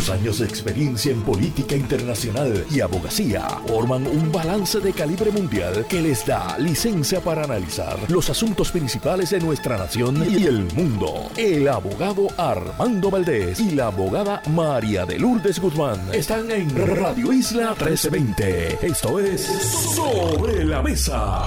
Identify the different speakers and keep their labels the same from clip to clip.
Speaker 1: Sus años de experiencia en política internacional y abogacía forman un balance de calibre mundial que les da licencia para analizar los asuntos principales de nuestra nación y el mundo. El abogado Armando Valdés y la abogada María de Lourdes Guzmán están en Radio Isla 1320. Esto es Sobre la Mesa.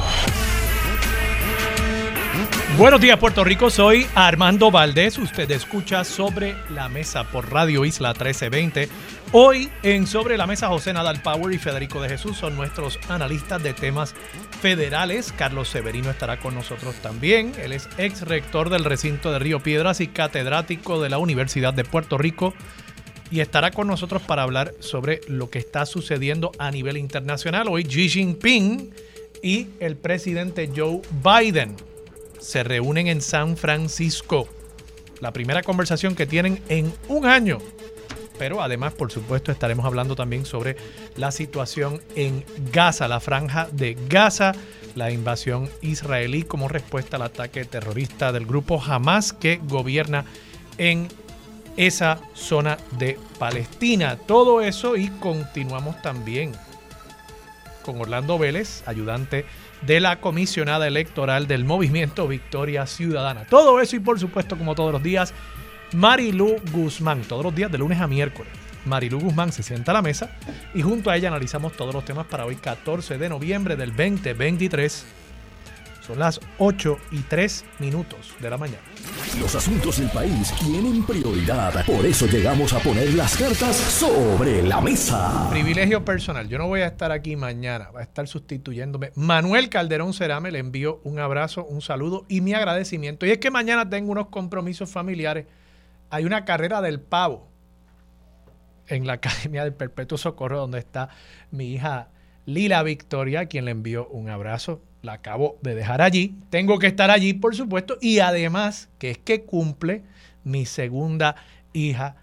Speaker 2: Buenos días, Puerto Rico. Soy Armando Valdés. Usted escucha Sobre la Mesa por Radio Isla 1320. Hoy en Sobre la Mesa, José Nadal Power y Federico de Jesús son nuestros analistas de temas federales. Carlos Severino estará con nosotros también. Él es ex rector del recinto de Río Piedras y catedrático de la Universidad de Puerto Rico. Y estará con nosotros para hablar sobre lo que está sucediendo a nivel internacional. Hoy Xi Jinping y el presidente Joe Biden se reúnen en San Francisco. La primera conversación que tienen en un año. Pero además, por supuesto, estaremos hablando también sobre la situación en Gaza, la franja de Gaza, la invasión israelí como respuesta al ataque terrorista del grupo Hamas que gobierna en esa zona de Palestina. Todo eso, y continuamos también con Orlando Vélez, ayudante de la comisionada electoral del Movimiento Victoria Ciudadana. Todo eso y, por supuesto, como todos los días, Marilú Guzmán. Todos los días de lunes a miércoles, Marilú Guzmán se sienta a la mesa y junto a ella analizamos todos los temas para hoy, 14 de noviembre del 2023. Son las 8:03 de la mañana.
Speaker 1: Los asuntos del país tienen prioridad. Por eso llegamos a poner las cartas sobre la mesa.
Speaker 2: Privilegio personal. Yo no voy a estar aquí mañana. Va a estar sustituyéndome Manuel Calderón Cerame. Le envío un abrazo, un saludo y mi agradecimiento. Y es que mañana tengo unos compromisos familiares. Hay una carrera del pavo en la Academia del Perpetuo Socorro, donde está mi hija Lila Victoria, a quien le envío un abrazo. La acabo de dejar allí. Tengo que estar allí, por supuesto. Y además, que es que cumple mi segunda hija.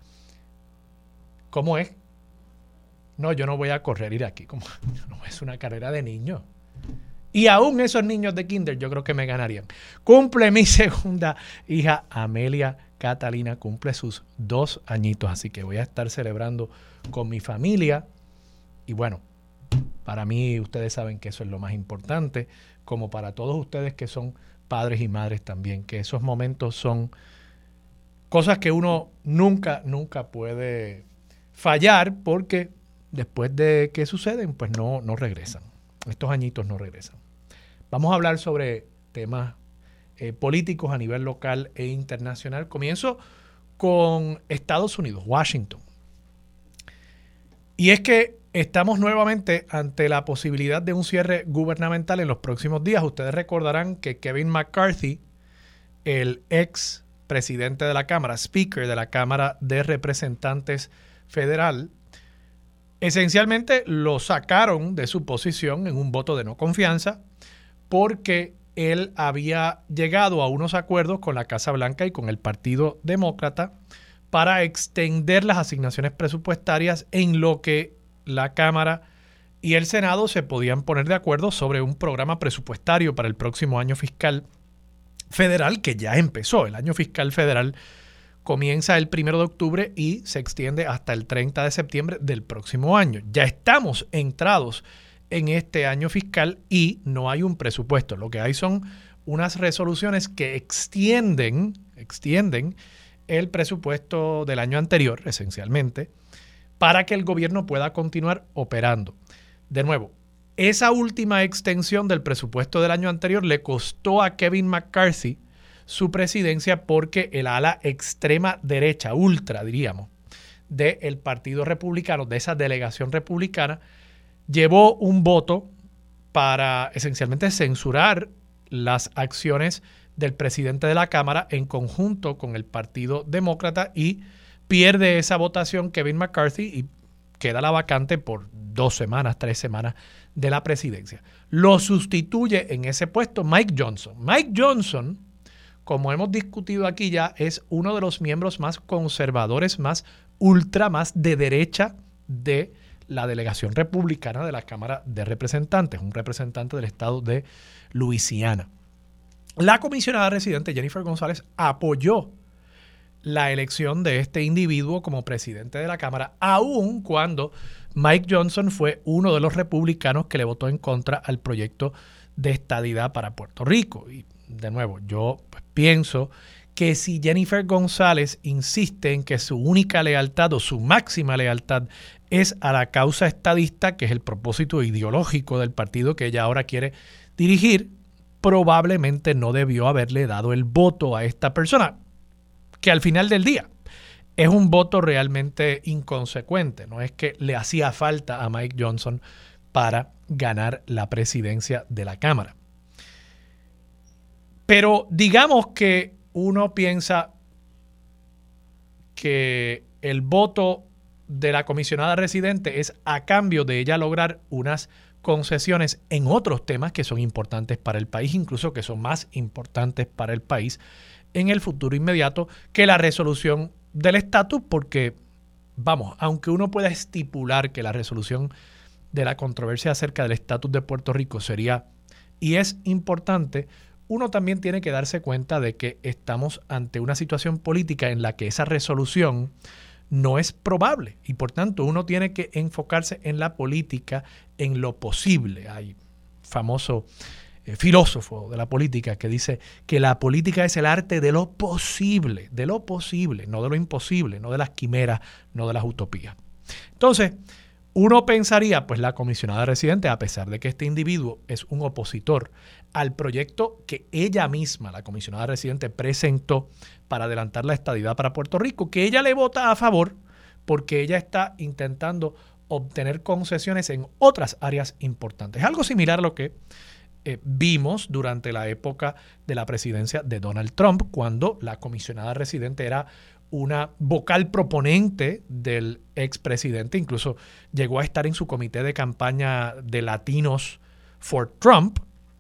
Speaker 2: ¿Cómo es? No, yo no voy a correr, ir aquí. ¿Cómo? No, es una carrera de niños. Y aún esos niños de kinder yo creo que me ganarían. Cumple mi segunda hija, Amelia Catalina. Cumple sus 2 añitos. Así que voy a estar celebrando con mi familia. Y bueno, para mí ustedes saben que eso es lo más importante, como para todos ustedes que son padres y madres también, que esos momentos son cosas que uno nunca puede fallar, porque después de que suceden, pues no regresan. Estos añitos no regresan. Vamos a hablar sobre temas políticos a nivel local e internacional. Comienzo con Estados Unidos, Washington. Y es que estamos nuevamente ante la posibilidad de un cierre gubernamental en los próximos días. Ustedes recordarán que Kevin McCarthy, el ex presidente de la Cámara, Speaker de la Cámara de Representantes Federal, esencialmente lo sacaron de su posición en un voto de no confianza porque él había llegado a unos acuerdos con la Casa Blanca y con el Partido Demócrata para extender las asignaciones presupuestarias en lo que la Cámara y el Senado se podían poner de acuerdo sobre un programa presupuestario para el próximo año fiscal federal, que ya empezó. El año fiscal federal comienza el 1 de octubre y se extiende hasta el 30 de septiembre del próximo año. Ya estamos entrados en este año fiscal y no hay un presupuesto. Lo que hay son unas resoluciones que extienden el presupuesto del año anterior, esencialmente, para que el gobierno pueda continuar operando. De nuevo, esa última extensión del presupuesto del año anterior le costó a Kevin McCarthy su presidencia porque el ala extrema derecha, ultra diríamos, del Partido Republicano, de esa delegación republicana, llevó un voto para esencialmente censurar las acciones del presidente de la Cámara en conjunto con el Partido Demócrata y pierde esa votación Kevin McCarthy y queda la vacante por 2 semanas, 3 semanas de la presidencia. Lo sustituye en ese puesto Mike Johnson. Mike Johnson, como hemos discutido aquí ya, es uno de los miembros más conservadores, más ultra, más de derecha de la delegación republicana de la Cámara de Representantes, un representante del estado de Luisiana. La comisionada residente Jennifer González apoyó la elección de este individuo como presidente de la Cámara, aun cuando Mike Johnson fue uno de los republicanos que le votó en contra al proyecto de estadidad para Puerto Rico. Y de nuevo, yo pienso que si Jennifer González insiste en que su única lealtad o su máxima lealtad es a la causa estadista, que es el propósito ideológico del partido que ella ahora quiere dirigir, probablemente no debió haberle dado el voto a esta persona, que al final del día es un voto realmente inconsecuente. No es que le hacía falta a Mike Johnson para ganar la presidencia de la Cámara. Pero digamos que uno piensa que el voto de la comisionada residente es a cambio de ella lograr unas concesiones en otros temas que son importantes para el país, incluso que son más importantes para el país en el futuro inmediato que la resolución del estatus, porque, vamos, aunque uno pueda estipular que la resolución de la controversia acerca del estatus de Puerto Rico sería y es importante, uno también tiene que darse cuenta de que estamos ante una situación política en la que esa resolución no es probable y por tanto uno tiene que enfocarse en la política, en lo posible. Hay famoso filósofo de la política que dice que la política es el arte de lo posible, no de lo imposible, no de las quimeras, no de las utopías. Entonces, uno pensaría, pues la comisionada residente, a pesar de que este individuo es un opositor al proyecto que ella misma, la comisionada residente, presentó para adelantar la estadidad para Puerto Rico, que ella le vota a favor porque ella está intentando obtener concesiones en otras áreas importantes. Algo similar a lo que vimos durante la época de la presidencia de Donald Trump, cuando la comisionada residente era una vocal proponente del expresidente, incluso llegó a estar en su comité de campaña de Latinos for Trump,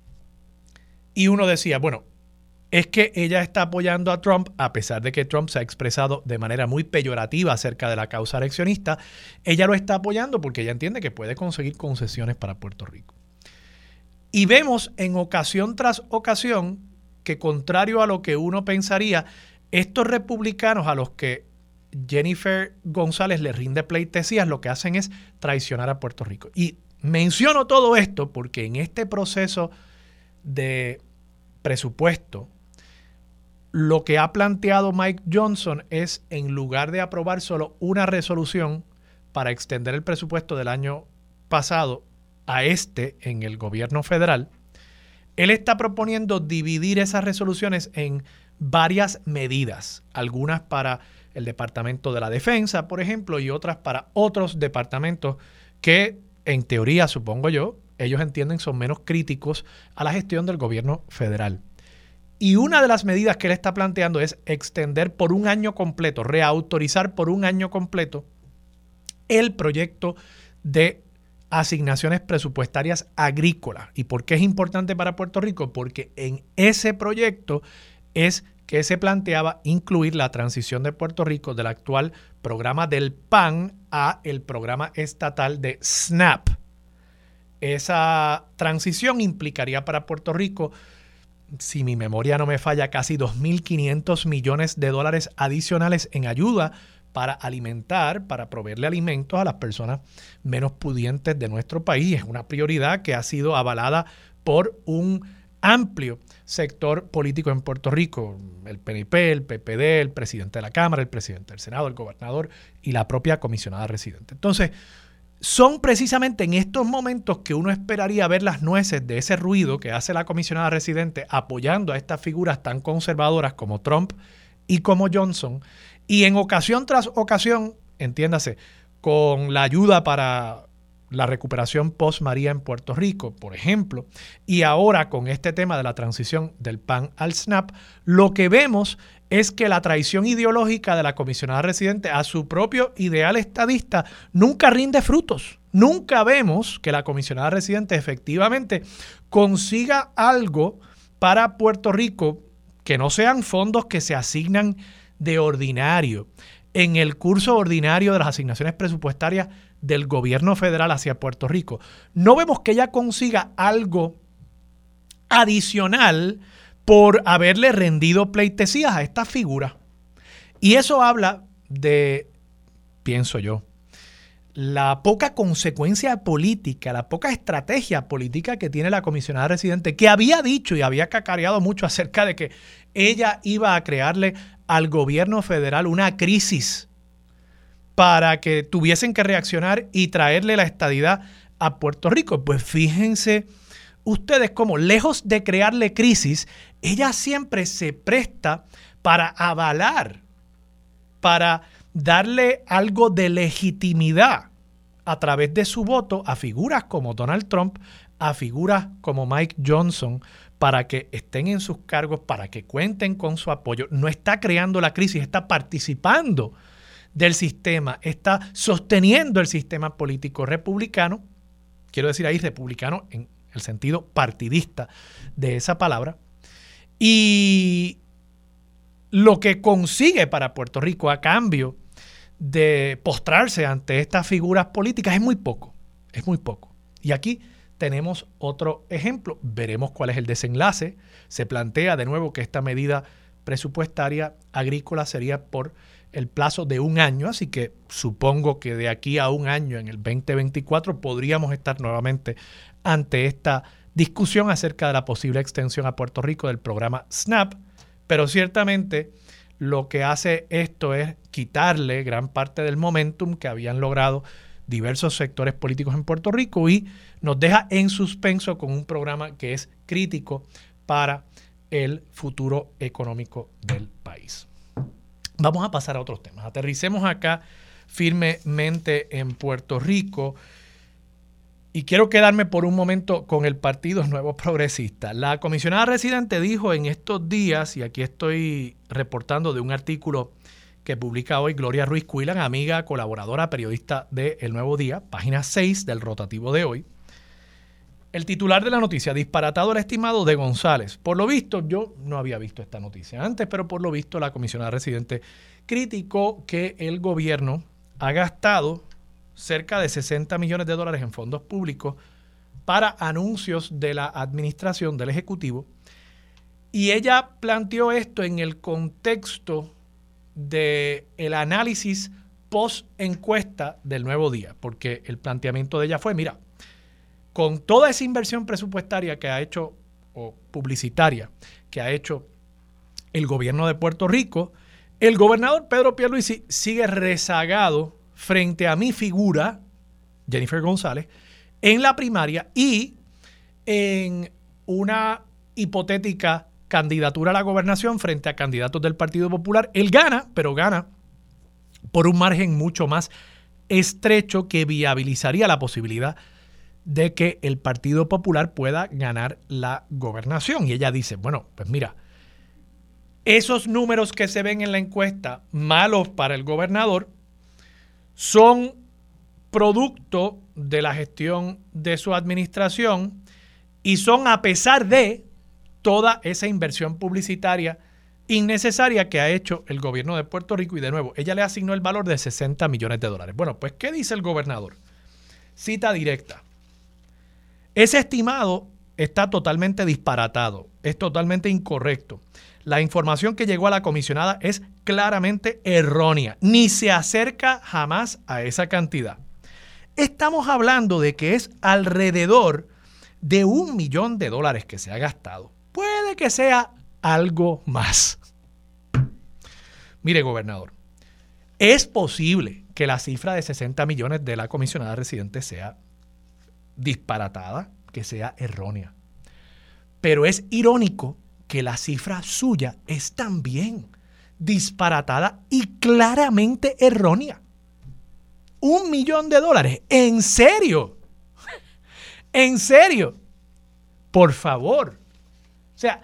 Speaker 2: y uno decía, bueno, es que ella está apoyando a Trump, a pesar de que Trump se ha expresado de manera muy peyorativa acerca de la causa eleccionista, ella lo está apoyando porque ella entiende que puede conseguir concesiones para Puerto Rico. Y vemos en ocasión tras ocasión que, contrario a lo que uno pensaría, estos republicanos a los que Jennifer González le rinde pleitesías, lo que hacen es traicionar a Puerto Rico. Y menciono todo esto porque en este proceso de presupuesto, lo que ha planteado Mike Johnson es, en lugar de aprobar solo una resolución para extender el presupuesto del año pasado a en el gobierno federal, él está proponiendo dividir esas resoluciones en varias medidas, algunas para el Departamento de la Defensa, por ejemplo, y otras para otros departamentos que, en teoría, supongo yo, ellos entienden son menos críticos a la gestión del gobierno federal. Y una de las medidas que él está planteando es extender por un año completo, reautorizar por un año completo el proyecto de asignaciones presupuestarias agrícolas. ¿Y por qué es importante para Puerto Rico? Porque en ese proyecto es que se planteaba incluir la transición de Puerto Rico del actual programa del PAN a el programa estatal de SNAP. Esa transición implicaría para Puerto Rico, si mi memoria no me falla, casi 2.500 millones de dólares adicionales en ayuda para alimentar, para proveerle alimentos a las personas menos pudientes de nuestro país. Es una prioridad que ha sido avalada por un amplio sector político en Puerto Rico, el PNP, el PPD, el presidente de la Cámara, el presidente del Senado, el gobernador y la propia comisionada residente. Entonces, son precisamente en estos momentos que uno esperaría ver las nueces de ese ruido que hace la comisionada residente apoyando a estas figuras tan conservadoras como Trump y como Johnson, y en ocasión tras ocasión, entiéndase, con la ayuda para la recuperación post-María en Puerto Rico, por ejemplo, y ahora con este tema de la transición del PAN al SNAP, lo que vemos es que la traición ideológica de la comisionada residente a su propio ideal estadista nunca rinde frutos. Nunca vemos que la comisionada residente efectivamente consiga algo para Puerto Rico que no sean fondos que se asignan de ordinario en el curso ordinario de las asignaciones presupuestarias del gobierno federal hacia Puerto Rico. No vemos que ella consiga algo adicional por haberle rendido pleitesías a esta figura. Y eso habla de, pienso yo, la poca consecuencia política, la poca estrategia política que tiene la comisionada residente, que había dicho y había cacareado mucho acerca de que ella iba a crearle al gobierno federal una crisis para que tuviesen que reaccionar y traerle la estadidad a Puerto Rico. Pues fíjense ustedes cómo, lejos de crearle crisis, ella siempre se presta para avalar, para darle algo de legitimidad a través de su voto a figuras como Donald Trump, a figuras como Mike Johnson, para que estén en sus cargos, para que cuenten con su apoyo. No está creando la crisis, está participando del sistema, está sosteniendo el sistema político republicano, quiero decir ahí republicano en el sentido partidista de esa palabra, y lo que consigue para Puerto Rico a cambio de postrarse ante estas figuras políticas es muy poco, es muy poco. Y aquí tenemos otro ejemplo, veremos cuál es el desenlace. Se plantea de nuevo que esta medida presupuestaria agrícola sería por el plazo de 1 año, así que supongo que de aquí a 1 año, en el 2024, podríamos estar nuevamente ante esta discusión acerca de la posible extensión a Puerto Rico del programa SNAP, pero ciertamente lo que hace esto es quitarle gran parte del momentum que habían logrado diversos sectores políticos en Puerto Rico y nos deja en suspenso con un programa que es crítico para el futuro económico del país. Vamos a pasar a otros temas. Aterricemos acá firmemente en Puerto Rico y quiero quedarme por un momento con el Partido Nuevo Progresista. La comisionada residente dijo en estos días, y aquí estoy reportando de un artículo que publica hoy Gloria Ruiz Cuilan, amiga, colaboradora, periodista de El Nuevo Día, página 6 del rotativo de hoy. El titular de la noticia, disparatado el estimado de González. Por lo visto, yo no había visto esta noticia antes, pero por lo visto la comisionada residente criticó que el gobierno ha gastado cerca de $60 millones en fondos públicos para anuncios de la administración del Ejecutivo. Y ella planteó esto en el contexto del análisis post-encuesta del Nuevo Día, porque el planteamiento de ella fue, mira, con toda esa inversión presupuestaria que ha hecho, o publicitaria, que ha hecho el gobierno de Puerto Rico, el gobernador Pedro Pierluisi sigue rezagado frente a mi figura, Jennifer González, en la primaria y en una hipotética candidatura a la gobernación frente a candidatos del Partido Popular. Él gana, pero gana por un margen mucho más estrecho que viabilizaría la posibilidad de que el Partido Popular pueda ganar la gobernación. Y ella dice, bueno, pues mira, esos números que se ven en la encuesta malos para el gobernador son producto de la gestión de su administración y son a pesar de toda esa inversión publicitaria innecesaria que ha hecho el gobierno de Puerto Rico. Y de nuevo, ella le asignó el valor de $60 millones. Bueno, pues ¿qué dice el gobernador? Cita directa. Ese estimado está totalmente disparatado, es totalmente incorrecto. La información que llegó a la comisionada es claramente errónea, ni se acerca jamás a esa cantidad. Estamos hablando de que es alrededor de $1 millón que se ha gastado. Puede que sea algo más. Mire, gobernador, es posible que la cifra de 60 millones de la comisionada residente sea disparatada, que sea errónea. Pero es irónico que la cifra suya es también disparatada y claramente errónea. $1 millón. ¿En serio? ¿En serio? Por favor. O sea,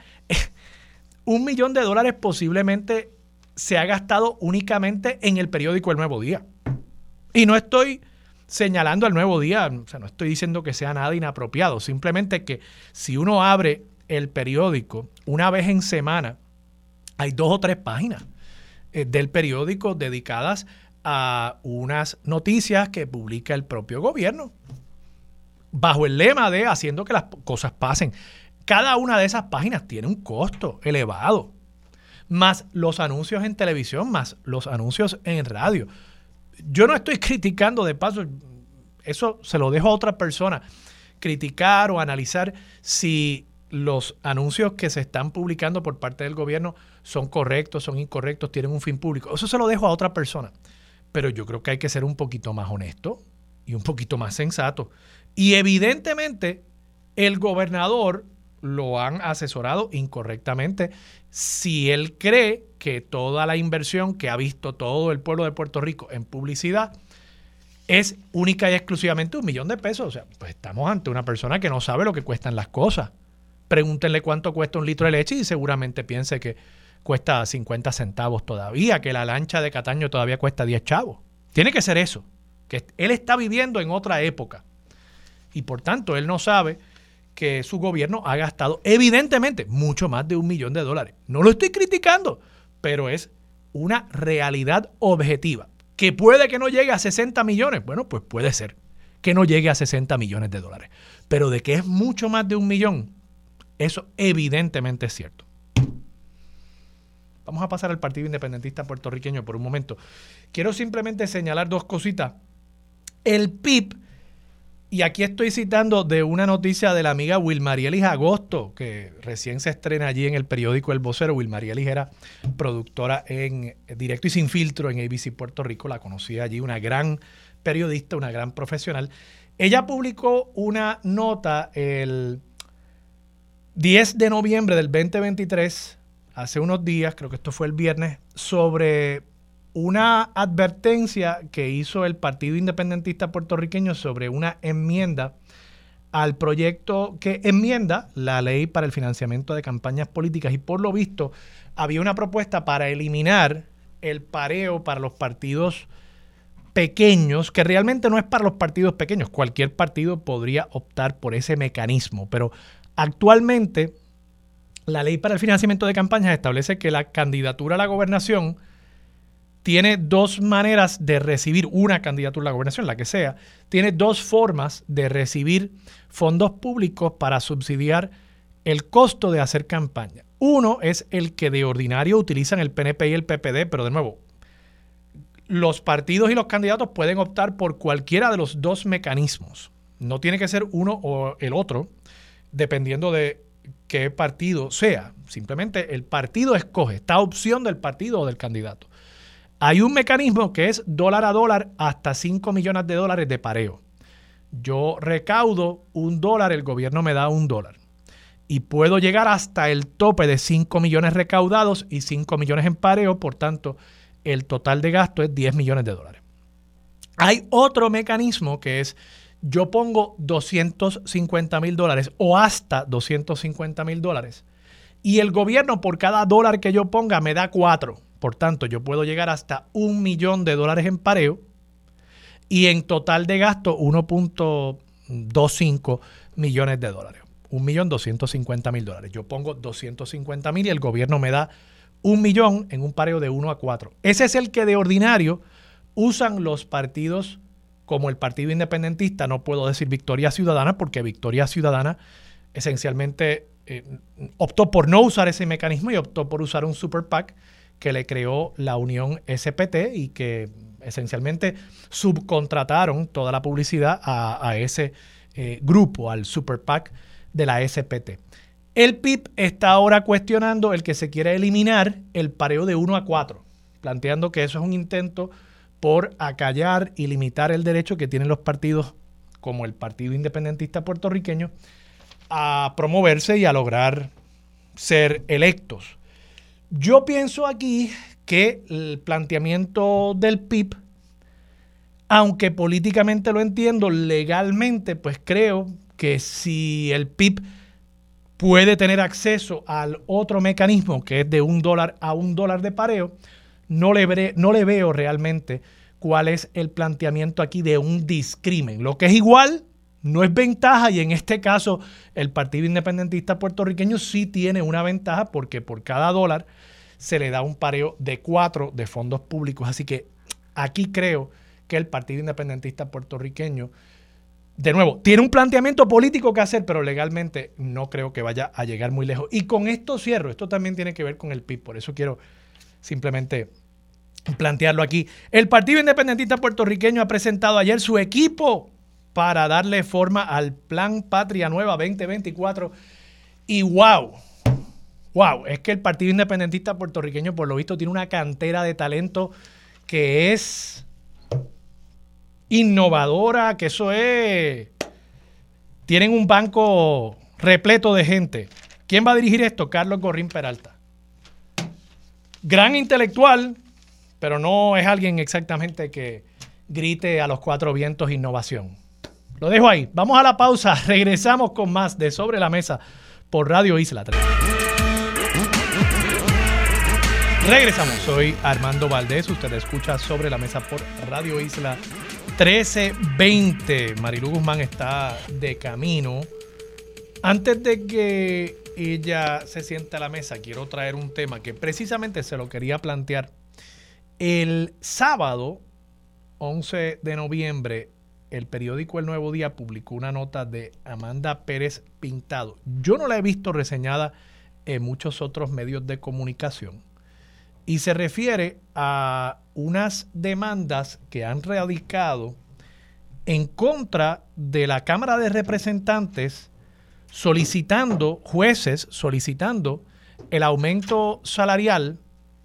Speaker 2: $1 millón posiblemente se ha gastado únicamente en el periódico El Nuevo Día. Y no estoy señalando al Nuevo Día, o sea, no estoy diciendo que sea nada inapropiado, simplemente que si uno abre el periódico una vez en semana, hay 2 o 3 páginas del periódico dedicadas a unas noticias que publica el propio gobierno, bajo el lema de haciendo que las cosas pasen. Cada una de esas páginas tiene un costo elevado. más los anuncios en televisión, más los anuncios en radio. Yo no estoy criticando, de paso, eso se lo dejo a otra persona, criticar o analizar si los anuncios que se están publicando por parte del gobierno son correctos, son incorrectos, tienen un fin público. Eso se lo dejo a otra persona. Pero yo creo que hay que ser un poquito más honesto y un poquito más sensato. Y evidentemente el gobernador lo han asesorado incorrectamente si él cree que toda la inversión que ha visto todo el pueblo de Puerto Rico en publicidad es única y exclusivamente $1 millón. O sea, pues estamos ante una persona que no sabe lo que cuestan las cosas. Pregúntenle cuánto cuesta un litro de leche y seguramente piense que cuesta 50 centavos todavía, que la lancha de Cataño todavía cuesta 10 chavos. Tiene que ser eso, que él está viviendo en otra época y por tanto él no sabe que su gobierno ha gastado evidentemente mucho más de $1 millón. No lo estoy criticando, pero es una realidad objetiva. ¿Que puede que no llegue a 60 millones? Bueno, pues puede ser que no llegue a 60 millones de dólares. Pero de que es mucho más de $1 millón, eso evidentemente es cierto. Vamos a pasar al Partido Independentista Puertorriqueño por un momento. Quiero simplemente señalar dos cositas. El PIB, y aquí estoy citando de una noticia de la amiga Wilmarielis Agosto, que recién se estrena allí en el periódico El Vocero. Wilmarielis era productora en Directo y Sin Filtro en ABC Puerto Rico. La conocí allí, una gran periodista, una gran profesional. Ella publicó una nota el 10 de noviembre del 2023, hace unos días, creo que esto fue el viernes, sobre una advertencia que hizo el Partido Independentista Puertorriqueño sobre una enmienda al proyecto que enmienda la ley para el financiamiento de campañas políticas, y por lo visto había una propuesta para eliminar el pareo para los partidos pequeños, que realmente no es para los partidos pequeños. Cualquier partido podría optar por ese mecanismo, pero actualmente la ley para el financiamiento de campañas establece que la candidatura a la gobernación tiene dos maneras de recibir, una candidatura a la gobernación, la que sea, tiene dos formas de recibir fondos públicos para subsidiar el costo de hacer campaña. Uno es el que de ordinario utilizan el PNP y el PPD, pero de nuevo, los partidos y los candidatos pueden optar por cualquiera de los dos mecanismos. No tiene que ser uno o el otro, dependiendo de qué partido sea. Simplemente el partido escoge, está a opción del partido o del candidato. Hay un mecanismo que es dólar a dólar hasta $5 millones de pareo. Yo recaudo $1, el gobierno me da $1. Y puedo llegar hasta el tope de 5 millones recaudados y 5 millones en pareo, por tanto, el total de gasto es $10 millones. Hay otro mecanismo que es, yo pongo $250,000 o hasta $250,000 y el gobierno por cada dólar que yo ponga me da 4. Por tanto, yo puedo llegar hasta $1 millón en pareo y en total de gasto $1.25 millones. $1.250.000. Yo pongo $250,000 y el gobierno me da $1 millón en un pareo de 1 a 4. Ese es el que de ordinario usan los partidos como el Partido Independentista. No puedo decir Victoria Ciudadana porque Victoria Ciudadana esencialmente optó por no usar ese mecanismo y optó por usar un Super PAC que le creó la Unión SPT y que esencialmente subcontrataron toda la publicidad a ese grupo, al Super PAC de la SPT. El PIB está ahora cuestionando el que se quiere eliminar el pareo de 1 a 4, planteando que eso es un intento por acallar y limitar el derecho que tienen los partidos como el Partido Independentista Puertorriqueño a promoverse y a lograr ser electos. Yo pienso aquí que el planteamiento del PIB, aunque políticamente lo entiendo, legalmente pues creo que si el PIB puede tener acceso al otro mecanismo que es de $1 a $1 de pareo, no le veo realmente cuál es el planteamiento aquí de un discrimen. Lo que es igual no es ventaja y en este caso el Partido Independentista Puertorriqueño sí tiene una ventaja porque por cada dólar se le da un pareo de 4 de fondos públicos. Así que aquí creo que el Partido Independentista Puertorriqueño de nuevo, tiene un planteamiento político que hacer, pero legalmente no creo que vaya a llegar muy lejos. Y con esto cierro. Esto también tiene que ver con el PIB. Por eso quiero simplemente plantearlo aquí. El Partido Independentista Puertorriqueño ha presentado ayer su equipo para darle forma al Plan Patria Nueva 2024. Y wow, es que el Partido Independentista Puertorriqueño, por lo visto, tiene una cantera de talento que es innovadora, que eso es... Tienen un banco repleto de gente. ¿Quién va a dirigir esto? Carlos Gorrín Peralta. Gran intelectual, pero no es alguien exactamente que grite a los cuatro vientos innovación. Lo dejo ahí. Vamos a la pausa. Regresamos con más de Sobre la Mesa por Radio Isla 3. Regresamos. Soy Armando Valdés. Usted escucha Sobre la Mesa por Radio Isla 1320. Marilu Guzmán está de camino. Antes de que ella se siente a la mesa, quiero traer un tema que precisamente se lo quería plantear. El sábado 11 de noviembre, el periódico El Nuevo Día publicó una nota de Amanda Pérez Pintado. Yo no la he visto reseñada en muchos otros medios de comunicación. Y se refiere a unas demandas que han radicado en contra de la Cámara de Representantes jueces solicitando el aumento salarial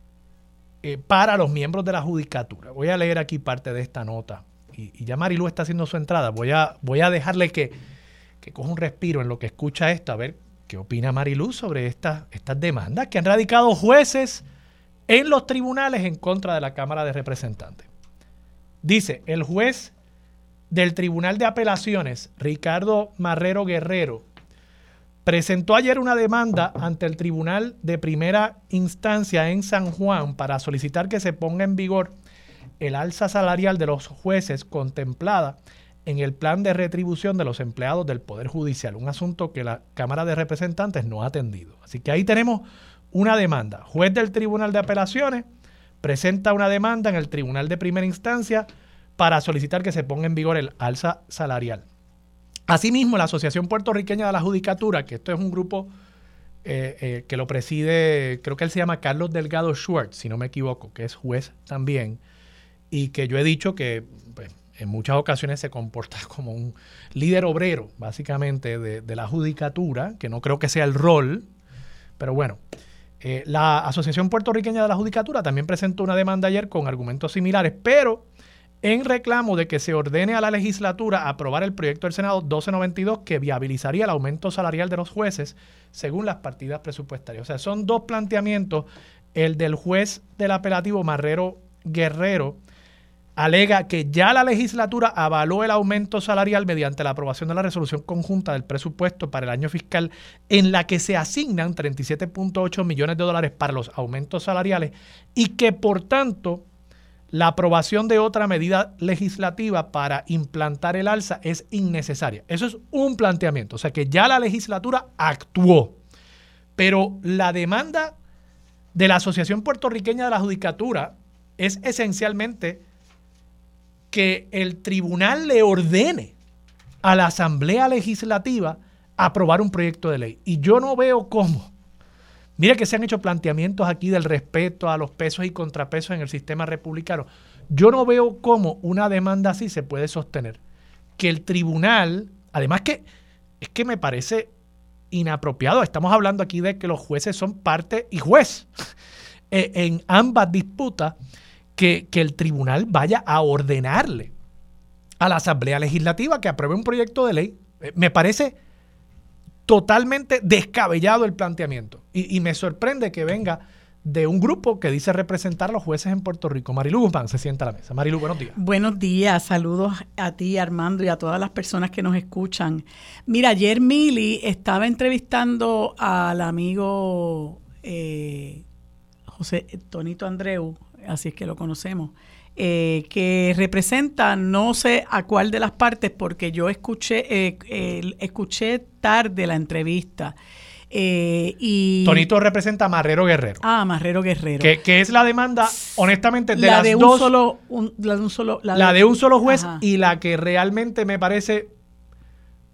Speaker 2: para los miembros de la judicatura. Voy a leer aquí parte de esta nota. Y ya Marilu está haciendo su entrada. Voy a dejarle que coja un respiro en lo que escucha esto, a ver qué opina Marilu sobre estas demandas que han radicado jueces en los tribunales en contra de la Cámara de Representantes. Dice, el juez del Tribunal de Apelaciones, Ricardo Marrero Guerrero, presentó ayer una demanda ante el Tribunal de Primera Instancia en San Juan para solicitar que se ponga en vigor el alza salarial de los jueces contemplada en el plan de retribución de los empleados del Poder Judicial, un asunto que la Cámara de Representantes no ha atendido. Así que ahí tenemos una demanda. Juez del Tribunal de Apelaciones presenta una demanda en el Tribunal de Primera Instancia para solicitar que se ponga en vigor el alza salarial. Asimismo, la Asociación Puertorriqueña de la Judicatura, que esto es un grupo que lo preside, creo que él se llama Carlos Delgado Schwartz, si no me equivoco, que es juez también, y que yo he dicho que pues, en muchas ocasiones se comporta como un líder obrero, básicamente, de la judicatura, que no creo que sea el rol, pero bueno. La Asociación Puertorriqueña de la Judicatura también presentó una demanda ayer con argumentos similares, pero en reclamo de que se ordene a la legislatura aprobar el proyecto del Senado 1292 que viabilizaría el aumento salarial de los jueces según las partidas presupuestarias. O sea, son dos planteamientos. El del juez del apelativo Marrero Guerrero alega que ya la legislatura avaló el aumento salarial mediante la aprobación de la resolución conjunta del presupuesto para el año fiscal en la que se asignan $37.8 millones para los aumentos salariales y que por tanto la aprobación de otra medida legislativa para implantar el alza es innecesaria. Eso es un planteamiento, o sea que ya la legislatura actuó, pero la demanda de la Asociación Puertorriqueña de la Judicatura es esencialmente que el tribunal le ordene a la Asamblea Legislativa aprobar un proyecto de ley. Y yo no veo cómo. Mira que se han hecho planteamientos aquí del respeto a los pesos y contrapesos en el sistema republicano. Yo no veo cómo una demanda así se puede sostener. Que el tribunal, además que es que me parece inapropiado. Estamos hablando aquí de que los jueces son parte y juez en ambas disputas. Que el tribunal vaya a ordenarle a la Asamblea Legislativa que apruebe un proyecto de ley. Me parece totalmente descabellado el planteamiento. Y me sorprende que venga de un grupo que dice representar a los jueces en Puerto Rico. Marilu Guzmán se sienta a la mesa. Marilu, buenos días.
Speaker 3: Buenos días. Saludos a ti, Armando, y a todas las personas que nos escuchan. Mira, ayer Mili estaba entrevistando al amigo José Tonito Andreu, así es que lo conocemos, que representa, no sé a cuál de las partes, porque yo escuché tarde la entrevista.
Speaker 2: Tonito representa a Marrero Guerrero.
Speaker 3: Ah, Marrero Guerrero.
Speaker 2: Que es la demanda, honestamente, de
Speaker 3: la
Speaker 2: las
Speaker 3: de
Speaker 2: dos.
Speaker 3: La de un solo
Speaker 2: La de un solo juez.
Speaker 3: Ajá.
Speaker 2: Y la que realmente me parece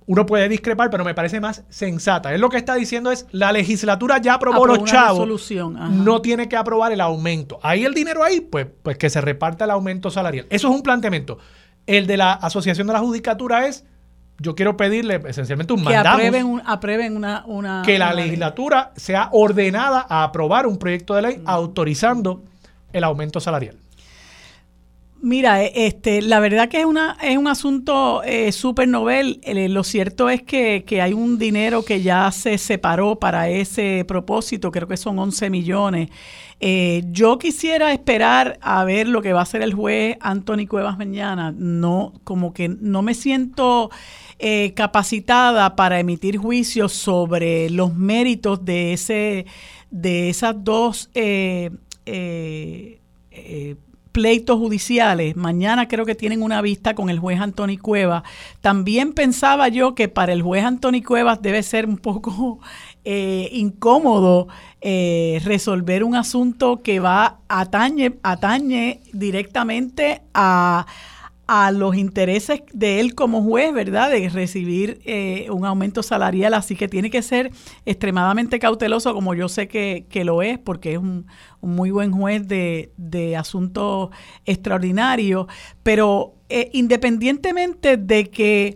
Speaker 2: uno puede discrepar, pero me parece más sensata. Él lo que está diciendo es, la legislatura ya aprobó los chavos, no tiene que aprobar el aumento. Ahí el dinero ahí, pues que se reparta el aumento salarial. Eso es un planteamiento. El de la Asociación de la Judicatura es, yo quiero pedirle esencialmente un mandato.
Speaker 3: Aprueben una
Speaker 2: que la legislatura sea ordenada a aprobar un proyecto de ley autorizando el aumento salarial.
Speaker 3: Mira, la verdad que es un asunto súper novel. Lo cierto es que hay un dinero que ya se separó para ese propósito, creo que son 11 millones. Yo quisiera esperar a ver lo que va a hacer el juez Anthony Cuevas mañana. No, como que no me siento capacitada para emitir juicios sobre los méritos de esas dos pleitos judiciales. Mañana creo que tienen una vista con el juez Anthony Cuevas. También pensaba yo que para el juez Anthony Cuevas debe ser un poco incómodo resolver un asunto que atañe directamente a los intereses de él como juez, ¿verdad? De recibir un aumento salarial, así que tiene que ser extremadamente cauteloso, como yo sé que lo es, porque es un muy buen juez de asuntos extraordinarios, pero independientemente de que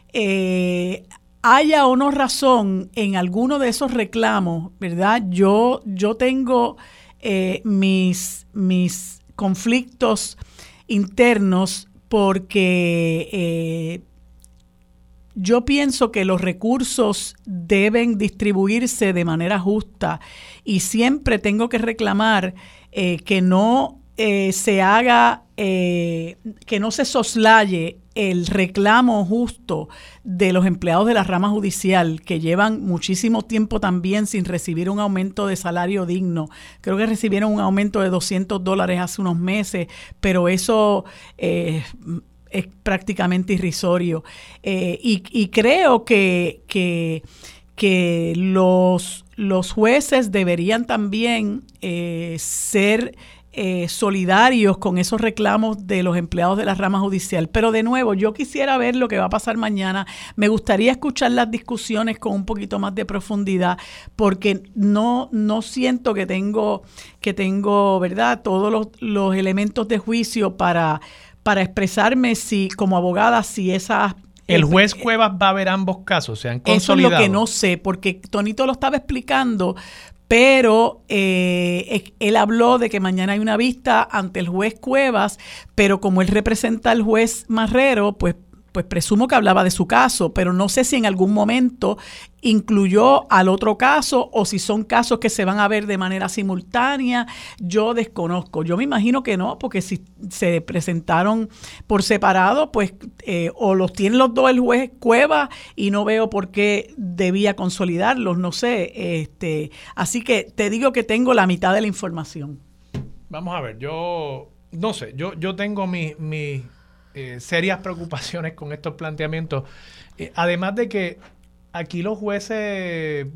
Speaker 3: haya o no razón en alguno de esos reclamos, ¿verdad? Yo tengo mis conflictos internos, porque yo pienso que los recursos deben distribuirse de manera justa y siempre tengo que reclamar que no se haga, que no se soslaye el reclamo justo de los empleados de la rama judicial, que llevan muchísimo tiempo también sin recibir un aumento de salario digno. Creo que recibieron un aumento de $200 hace unos meses, pero eso es prácticamente irrisorio. Y creo que los jueces deberían también ser solidarios con esos reclamos de los empleados de la rama judicial. Pero de nuevo, yo quisiera ver lo que va a pasar mañana. Me gustaría escuchar las discusiones con un poquito más de profundidad, porque no siento que tengo, ¿verdad?, todos los elementos de juicio para expresarme como abogada si esas...
Speaker 2: ¿El juez Cuevas va a ver ambos casos? ¿Se han consolidado?
Speaker 3: Eso es lo que no sé, porque Tonito lo estaba explicando, pero él habló de que mañana hay una vista ante el juez Cuevas, pero como él representa al juez Marrero, pues presumo que hablaba de su caso, pero no sé si en algún momento incluyó al otro caso o si son casos que se van a ver de manera simultánea. Yo desconozco. Yo me imagino que no, porque si se presentaron por separado, pues o los tiene los dos el juez Cuevas y no veo por qué debía consolidarlos, no sé. Así que te digo que tengo la mitad de la información.
Speaker 2: Vamos a ver, yo no sé, yo tengo mis serias preocupaciones con estos planteamientos. Además de que aquí los jueces,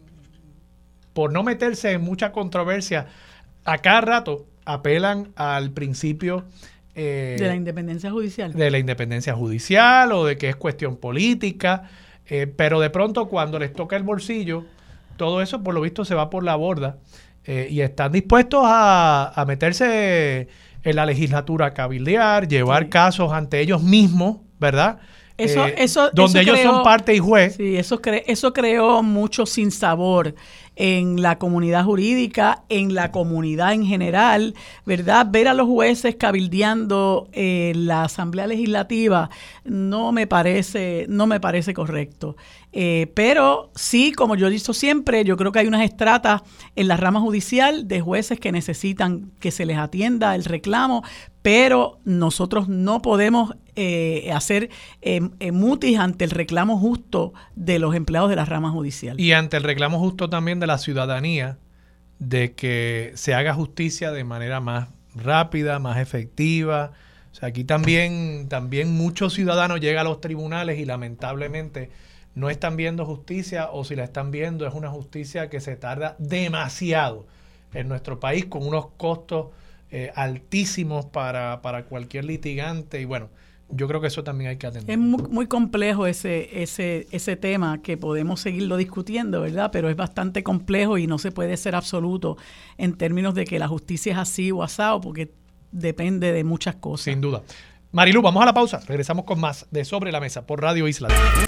Speaker 2: por no meterse en mucha controversia, a cada rato apelan al principio
Speaker 3: de la independencia judicial.
Speaker 2: De la independencia judicial o de que es cuestión política, pero de pronto cuando les toca el bolsillo, todo eso por lo visto se va por la borda y están dispuestos a meterse en la legislatura a cabildear, llevar casos ante ellos mismos, ¿verdad? Donde ellos son parte y juez.
Speaker 3: Sí, eso creó mucho sinsabor en la comunidad jurídica, en la comunidad en general, ¿verdad? Ver a los jueces cabildeando la Asamblea Legislativa no me parece correcto. Pero sí, como yo he dicho siempre, yo creo que hay unas estratas en la rama judicial de jueces que necesitan que se les atienda el reclamo, pero nosotros no podemos hacer mutis ante el reclamo justo de los empleados de la rama judicial.
Speaker 2: Y ante el reclamo justo también de la ciudadanía, de que se haga justicia de manera más rápida, más efectiva. O sea, aquí también muchos ciudadanos llegan a los tribunales y lamentablemente no están viendo justicia, o si la están viendo es una justicia que se tarda demasiado en nuestro país, con unos costos altísimos para cualquier litigante. Y bueno, yo creo que eso también hay que atender.
Speaker 3: Es muy, muy complejo ese tema, que podemos seguirlo discutiendo, ¿verdad? Pero es bastante complejo y no se puede ser absoluto en términos de que la justicia es así o asado, porque depende de muchas cosas.
Speaker 2: Sin duda. Marilu, vamos a la pausa. Regresamos con más de Sobre la Mesa por Radio Isla.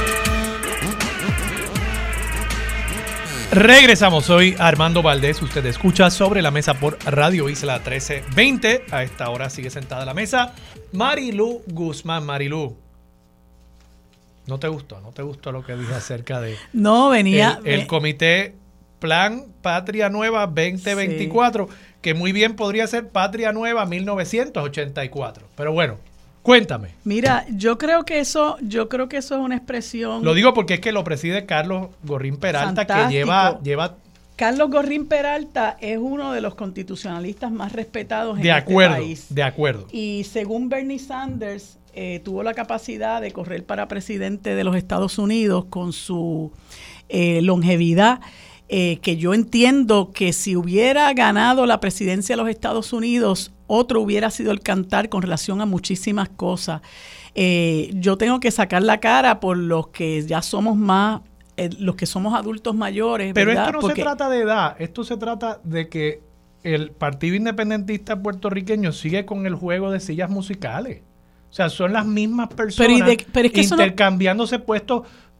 Speaker 2: Regresamos, soy Armando Valdés, usted escucha Sobre la Mesa por Radio Isla 1320. A esta hora sigue sentada a la mesa Marilu Guzmán. Marilu, ¿no te gustó lo que dije acerca de
Speaker 3: No, venía
Speaker 2: el comité Plan Patria Nueva 2024, sí, que muy bien podría ser Patria Nueva 1984, pero bueno, cuéntame.
Speaker 3: Mira, yo creo que eso es una expresión.
Speaker 2: Lo digo porque es que lo preside Carlos Gorrín Peralta, fantástico, que lleva
Speaker 3: Carlos Gorrín Peralta es uno de los constitucionalistas más respetados en
Speaker 2: este país. De acuerdo.
Speaker 3: Y según Bernie Sanders, tuvo la capacidad de correr para presidente de los Estados Unidos con su longevidad, que yo entiendo que si hubiera ganado la presidencia de los Estados Unidos, otro hubiera sido el cantar con relación a muchísimas cosas. Yo tengo que sacar la cara por los que ya somos más, los que somos adultos mayores.
Speaker 2: Pero
Speaker 3: ¿verdad?
Speaker 2: Esto no se trata de edad, esto se trata de que el Partido Independentista puertorriqueño sigue con el juego de sillas musicales. O sea, son las mismas personas
Speaker 3: pero es que
Speaker 2: intercambiándose puestos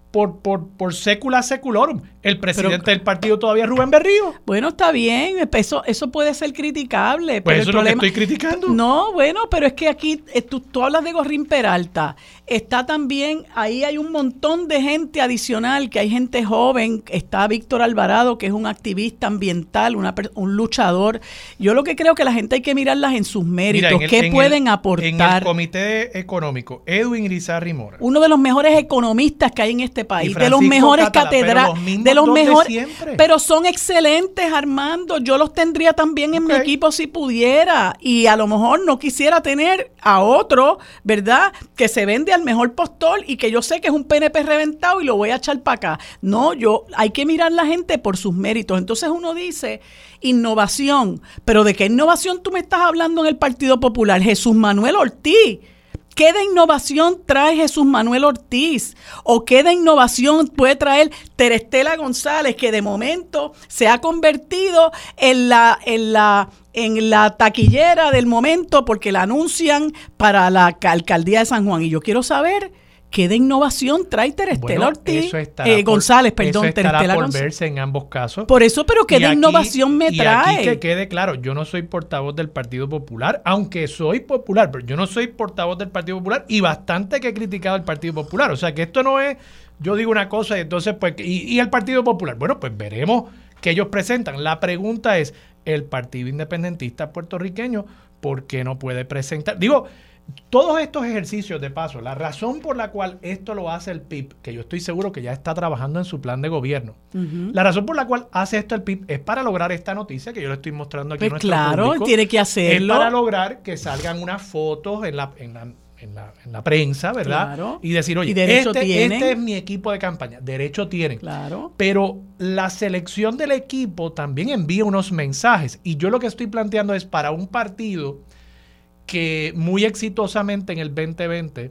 Speaker 2: por sécula seculorum. El presidente del partido todavía es Rubén Berrío.
Speaker 3: Bueno, está bien, eso puede ser criticable.
Speaker 2: Pues
Speaker 3: pero
Speaker 2: eso es lo que estoy criticando.
Speaker 3: No, bueno, pero es que aquí tú hablas de Gorrín Peralta. Está también, ahí hay un montón de gente adicional, que hay gente joven. Está Víctor Alvarado, que es un activista ambiental, un luchador. Yo lo que creo que la gente hay que mirarlas en sus méritos. Mira, ¿qué pueden aportar?
Speaker 2: En el Comité Económico, Edwin Irizarry Mora,
Speaker 3: uno de los mejores economistas que hay en este país, de los mejores catedrales, de los mejores, pero son excelentes, Armando. Yo los tendría también en mi equipo si pudiera, y a lo mejor no quisiera tener a otro, ¿verdad?, que se vende al mejor postor y que yo sé que es un PNP reventado y lo voy a echar para acá. No, hay que mirar a la gente por sus méritos. Entonces uno dice innovación, pero ¿de qué innovación tú me estás hablando en el Partido Popular? Jesús Manuel Ortiz. ¿Qué de innovación trae Jesús Manuel Ortiz? ¿O qué de innovación puede traer Terestela González, que de momento se ha convertido en la taquillera del momento porque la anuncian para la alcaldía de San Juan? Y yo quiero saber qué de innovación trae Terestela Ortiz, González, perdón,
Speaker 2: eso estará
Speaker 3: Terestela
Speaker 2: por
Speaker 3: González.
Speaker 2: Verse en ambos casos.
Speaker 3: Por eso, pero qué de innovación me trae.
Speaker 2: Y aquí que quede claro, yo no soy portavoz del Partido Popular, aunque soy popular, pero yo no soy portavoz del Partido Popular, y bastante que he criticado al Partido Popular. O sea, que esto no es, yo digo una cosa y entonces, pues, y el Partido Popular. Bueno, pues veremos qué ellos presentan. La pregunta es, el Partido Independentista puertorriqueño, ¿por qué no puede presentar? Digo, todos estos ejercicios, de paso, la razón por la cual esto lo hace el PIB, que yo estoy seguro que ya está trabajando en su plan de gobierno, la razón por la cual hace esto el PIB es para lograr esta noticia que yo le estoy mostrando aquí,
Speaker 3: pues a nuestro público. Él tiene que hacerlo.
Speaker 2: Es para lograr que salgan unas fotos en la prensa, ¿verdad? Claro. Y decir, oye, este es mi equipo de campaña. Derecho tienen.
Speaker 3: Claro.
Speaker 2: Pero la selección del equipo también envía unos mensajes. Y yo lo que estoy planteando es para un partido que muy exitosamente en el 2020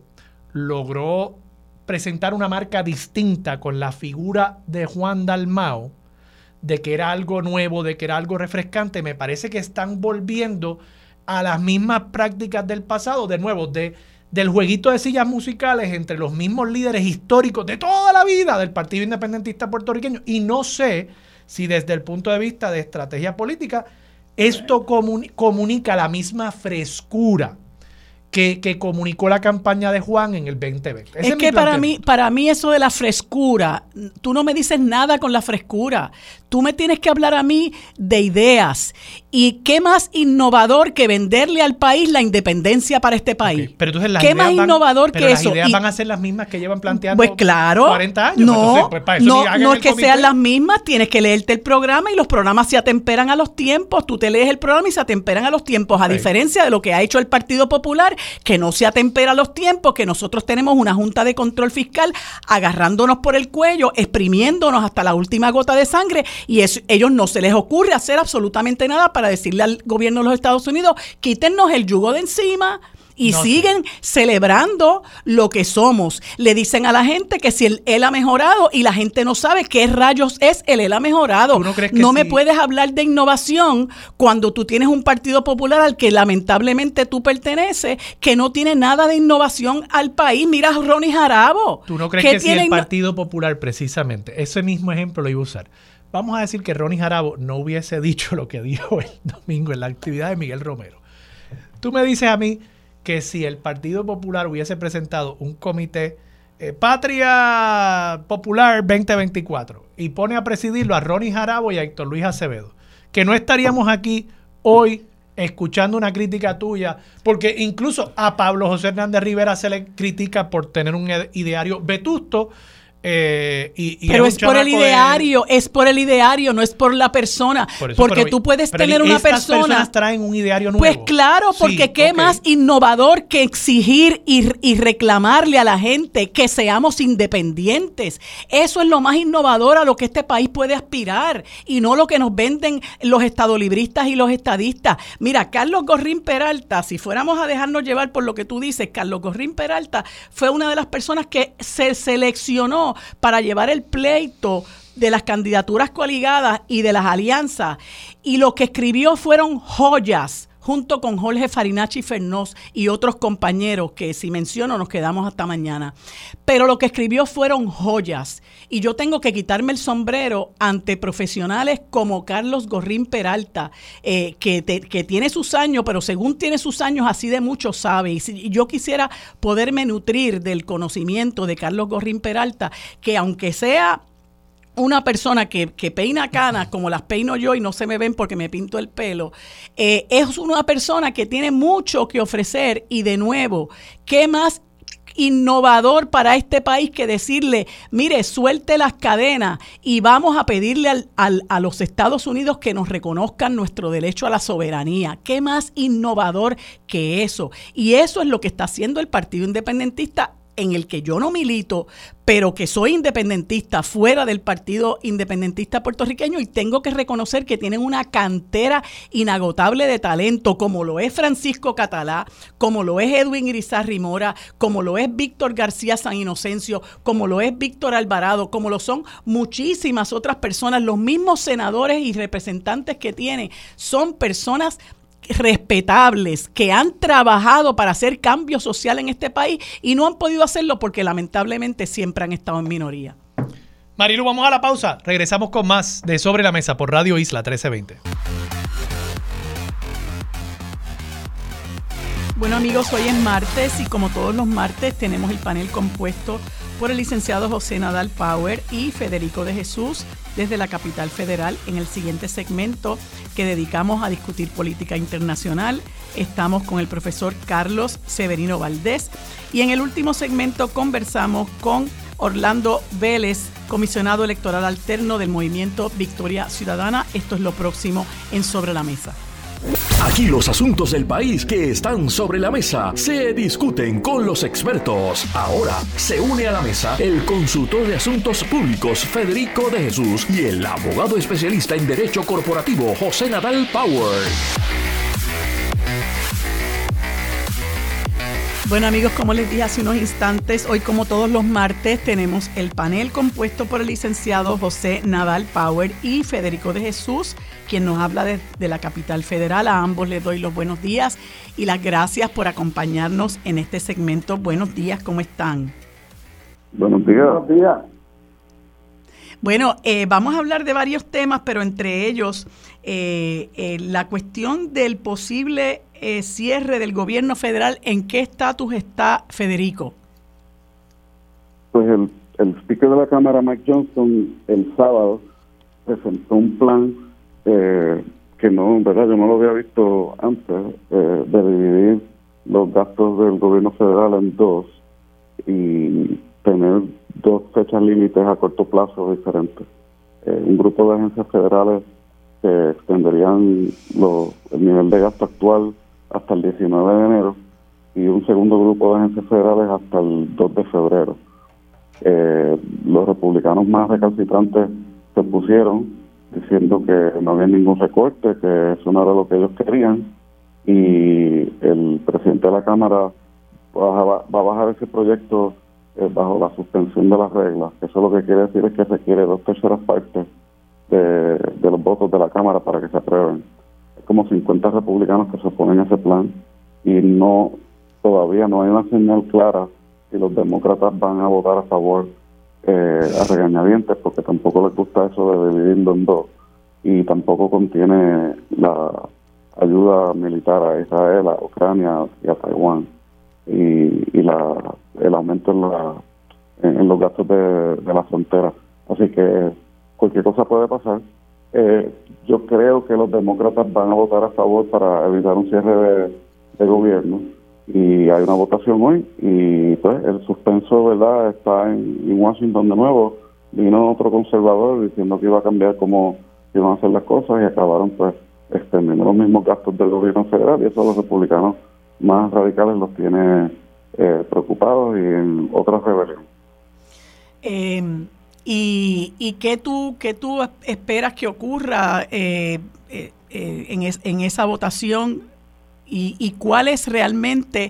Speaker 2: logró presentar una marca distinta con la figura de Juan Dalmau, de que era algo nuevo, de que era algo refrescante. Me parece que están volviendo a las mismas prácticas del pasado, de nuevo, del jueguito de sillas musicales entre los mismos líderes históricos de toda la vida del Partido Independentista puertorriqueño. Y no sé si desde el punto de vista de estrategia política esto comunica la misma frescura que comunicó la campaña de Juan en el 2020.
Speaker 3: Es que para mí eso de la frescura, tú no me dices nada con la frescura. Tú me tienes que hablar a mí de ideas. ¿Y qué más innovador que venderle al país la independencia para este país?
Speaker 2: Okay, pero entonces
Speaker 3: ¿qué más innovador que eso?
Speaker 2: Las ideas van a ser las mismas que llevan planteando
Speaker 3: pues claro,
Speaker 2: 40 años.
Speaker 3: No,
Speaker 2: pues para eso
Speaker 3: no es que sean las mismas. Tienes que leerte el programa y los programas se atemperan a los tiempos. Tú te lees el programa y se atemperan a los tiempos. A diferencia de lo que ha hecho el Partido Popular, que no se atempera a los tiempos, que nosotros tenemos una Junta de Control Fiscal agarrándonos por el cuello, exprimiéndonos hasta la última gota de sangre, y ellos no se les ocurre hacer absolutamente nada para decirle al gobierno de los Estados Unidos, quítennos el yugo de encima. Y siguen celebrando lo que somos. Le dicen a la gente que si él ha mejorado y la gente no sabe qué rayos es él ha mejorado. No me puedes hablar de innovación cuando tú tienes un Partido Popular al que lamentablemente tú perteneces, que no tiene nada de innovación al país. Mira a Ronnie Jarabo.
Speaker 2: ¿Tú no crees que si el Partido Popular, precisamente, ese mismo ejemplo lo iba a usar? Vamos a decir que Ronnie Jarabo no hubiese dicho lo que dijo el domingo en la actividad de Miguel Romero. Tú me dices a mí que si el Partido Popular hubiese presentado un comité Patria Popular 2024 y pone a presidirlo a Ronnie Jarabo y a Héctor Luis Acevedo, que no estaríamos aquí hoy escuchando una crítica tuya, porque incluso a Pablo José Hernández Rivera se le critica por tener un ideario vetusto.
Speaker 3: Pero es por el ideario, no es por la persona. Porque tú puedes tener una persona.
Speaker 2: Estas personas traen un ideario nuevo.
Speaker 3: Pues claro, porque qué más innovador que exigir y reclamarle a la gente que seamos independientes. Eso es lo más innovador a lo que este país puede aspirar y no lo que nos venden los estadolibristas y los estadistas. Mira, Carlos Gorrín Peralta, si fuéramos a dejarnos llevar por lo que tú dices, Carlos Gorrín Peralta fue una de las personas que se seleccionó para llevar el pleito de las candidaturas coligadas y de las alianzas. Y lo que escribió fueron joyas, junto con Jorge Farinacci Fernós y otros compañeros que si menciono nos quedamos hasta mañana. Pero lo que escribió fueron joyas. Y yo tengo que quitarme el sombrero ante profesionales como Carlos Gorrín Peralta, que tiene sus años, pero según tiene sus años, así de mucho sabe. Y yo quisiera poderme nutrir del conocimiento de Carlos Gorrín Peralta, que aunque sea una persona que peina canas como las peino yo y no se me ven porque me pinto el pelo, es una persona que tiene mucho que ofrecer. Y de nuevo, ¿qué más innovador para este país que decirle, mire, suelte las cadenas y vamos a pedirle a los Estados Unidos que nos reconozcan nuestro derecho a la soberanía? ¿Qué más innovador que eso? Y eso es lo que está haciendo el Partido Independentista, en el que yo no milito, pero que soy independentista fuera del Partido Independentista puertorriqueño, y tengo que reconocer que tienen una cantera inagotable de talento, como lo es Francisco Catalá, como lo es Edwin Irizarry Mora, como lo es Víctor García San Inocencio, como lo es Víctor Alvarado, como lo son muchísimas otras personas. Los mismos senadores y representantes que tiene son personas respetables, que han trabajado para hacer cambio social en este país y no han podido hacerlo porque lamentablemente siempre han estado en minoría.
Speaker 2: Marilu, vamos a la pausa. Regresamos con más de Sobre la Mesa por Radio Isla 1320.
Speaker 3: Bueno, amigos, hoy es martes y como todos los martes tenemos el panel compuesto por el licenciado José Nadal Power y Federico de Jesús desde la capital federal. En el siguiente segmento que dedicamos a discutir política internacional, estamos con el profesor Carlos Severino Valdés, y en el último segmento conversamos con Orlando Vélez, comisionado electoral alterno del movimiento Victoria Ciudadana. Esto es lo próximo en Sobre la Mesa.
Speaker 1: Aquí los asuntos del país que están sobre la mesa se discuten con los expertos. Ahora se une a la mesa el consultor de asuntos públicos Federico de Jesús y el abogado especialista en derecho corporativo José Nadal Power.
Speaker 3: Bueno, amigos, como les dije hace unos instantes, hoy como todos los martes tenemos el panel compuesto por el licenciado José Nadal Power y Federico de Jesús, quien nos habla de la capital federal. A ambos les doy los buenos días y las gracias por acompañarnos en este segmento. Buenos días, ¿cómo están?
Speaker 4: Buenos días. Buenos días.
Speaker 3: Bueno, vamos a hablar de varios temas, pero entre ellos la cuestión del posible cierre del gobierno federal. ¿En qué estatus está, Federico?
Speaker 4: Pues el speaker de la Cámara, Mike Johnson, el sábado presentó un plan que no, en verdad, yo no lo había visto antes, de dividir los gastos del gobierno federal en dos y tener dos fechas límites a corto plazo diferentes. Un grupo de agencias federales que extenderían el nivel de gasto actual hasta el 19 de enero y un segundo grupo de agencias federales hasta el 2 de febrero. Los republicanos más recalcitrantes se opusieron diciendo que no había ningún recorte, que eso no era lo que ellos querían, y el presidente de la Cámara va a bajar ese proyecto bajo la suspensión de las reglas. Eso lo que quiere decir es que requiere 2/3 partes de los votos de la Cámara para que se aprueben. Es como 50 republicanos que se oponen a ese plan y todavía no hay una señal clara si los demócratas van a votar a favor a regañadientes, porque tampoco les gusta eso de dividirlo en dos, y tampoco contiene la ayuda militar a Israel, a Ucrania y a Taiwán, y el aumento en los gastos de la frontera. Así que cualquier cosa puede pasar. Yo creo que los demócratas van a votar a favor para evitar un cierre de gobierno, y hay una votación hoy, y pues el suspenso, ¿verdad?, está en Washington de nuevo. Vino otro conservador diciendo que iba a cambiar cómo iban a hacer las cosas, y acabaron pues extendiendo los mismos gastos del gobierno federal, y eso a los republicanos más radicales los tiene preocupados y en otras rebeliones.
Speaker 3: ¿Y qué tú esperas que ocurra en esa votación? ¿Y cuál es realmente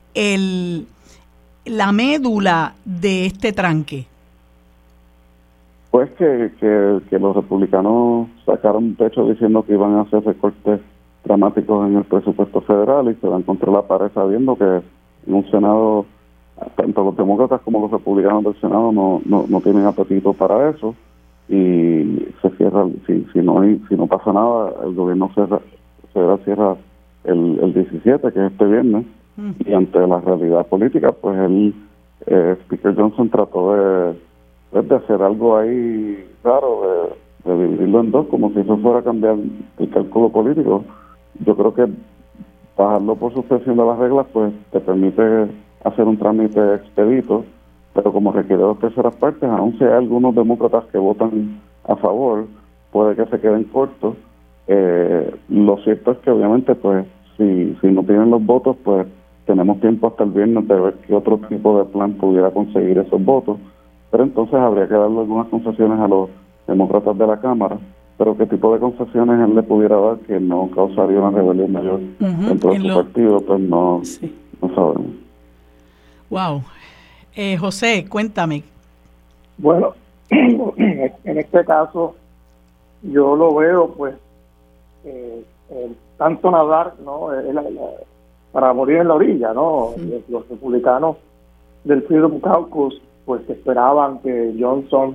Speaker 3: la médula de este tranque?
Speaker 4: Pues que los republicanos sacaron un techo diciendo que iban a hacer recortes dramáticos en el presupuesto federal, y se van contra la pared sabiendo que en un Senado, tanto los demócratas como los republicanos del Senado no tienen apetito para eso, y se cierra, si no pasa nada, el gobierno cierra el 17, que es este viernes, y ante la realidad política, pues el Speaker Johnson trató de hacer algo ahí raro, de dividirlo en dos, como si eso fuera a cambiar el cálculo político. Yo creo que bajarlo por suspensión de las reglas, pues te permite hacer un trámite expedito, pero como requiere 2/3 partes, aun si hay algunos demócratas que votan a favor, puede que se queden cortos. Lo cierto es que obviamente pues si no tienen los votos, pues tenemos tiempo hasta el viernes de ver qué otro tipo de plan pudiera conseguir esos votos, pero entonces habría que darle algunas concesiones a los demócratas de la Cámara, pero qué tipo de concesiones él le pudiera dar que no causaría una rebelión mayor dentro de su partido, pues no sabemos.
Speaker 3: Wow. José, cuéntame.
Speaker 5: Bueno, en este caso yo lo veo pues tanto nadar, ¿no?, para morir en la orilla, ¿no? Los republicanos del Freedom Caucus pues esperaban que Johnson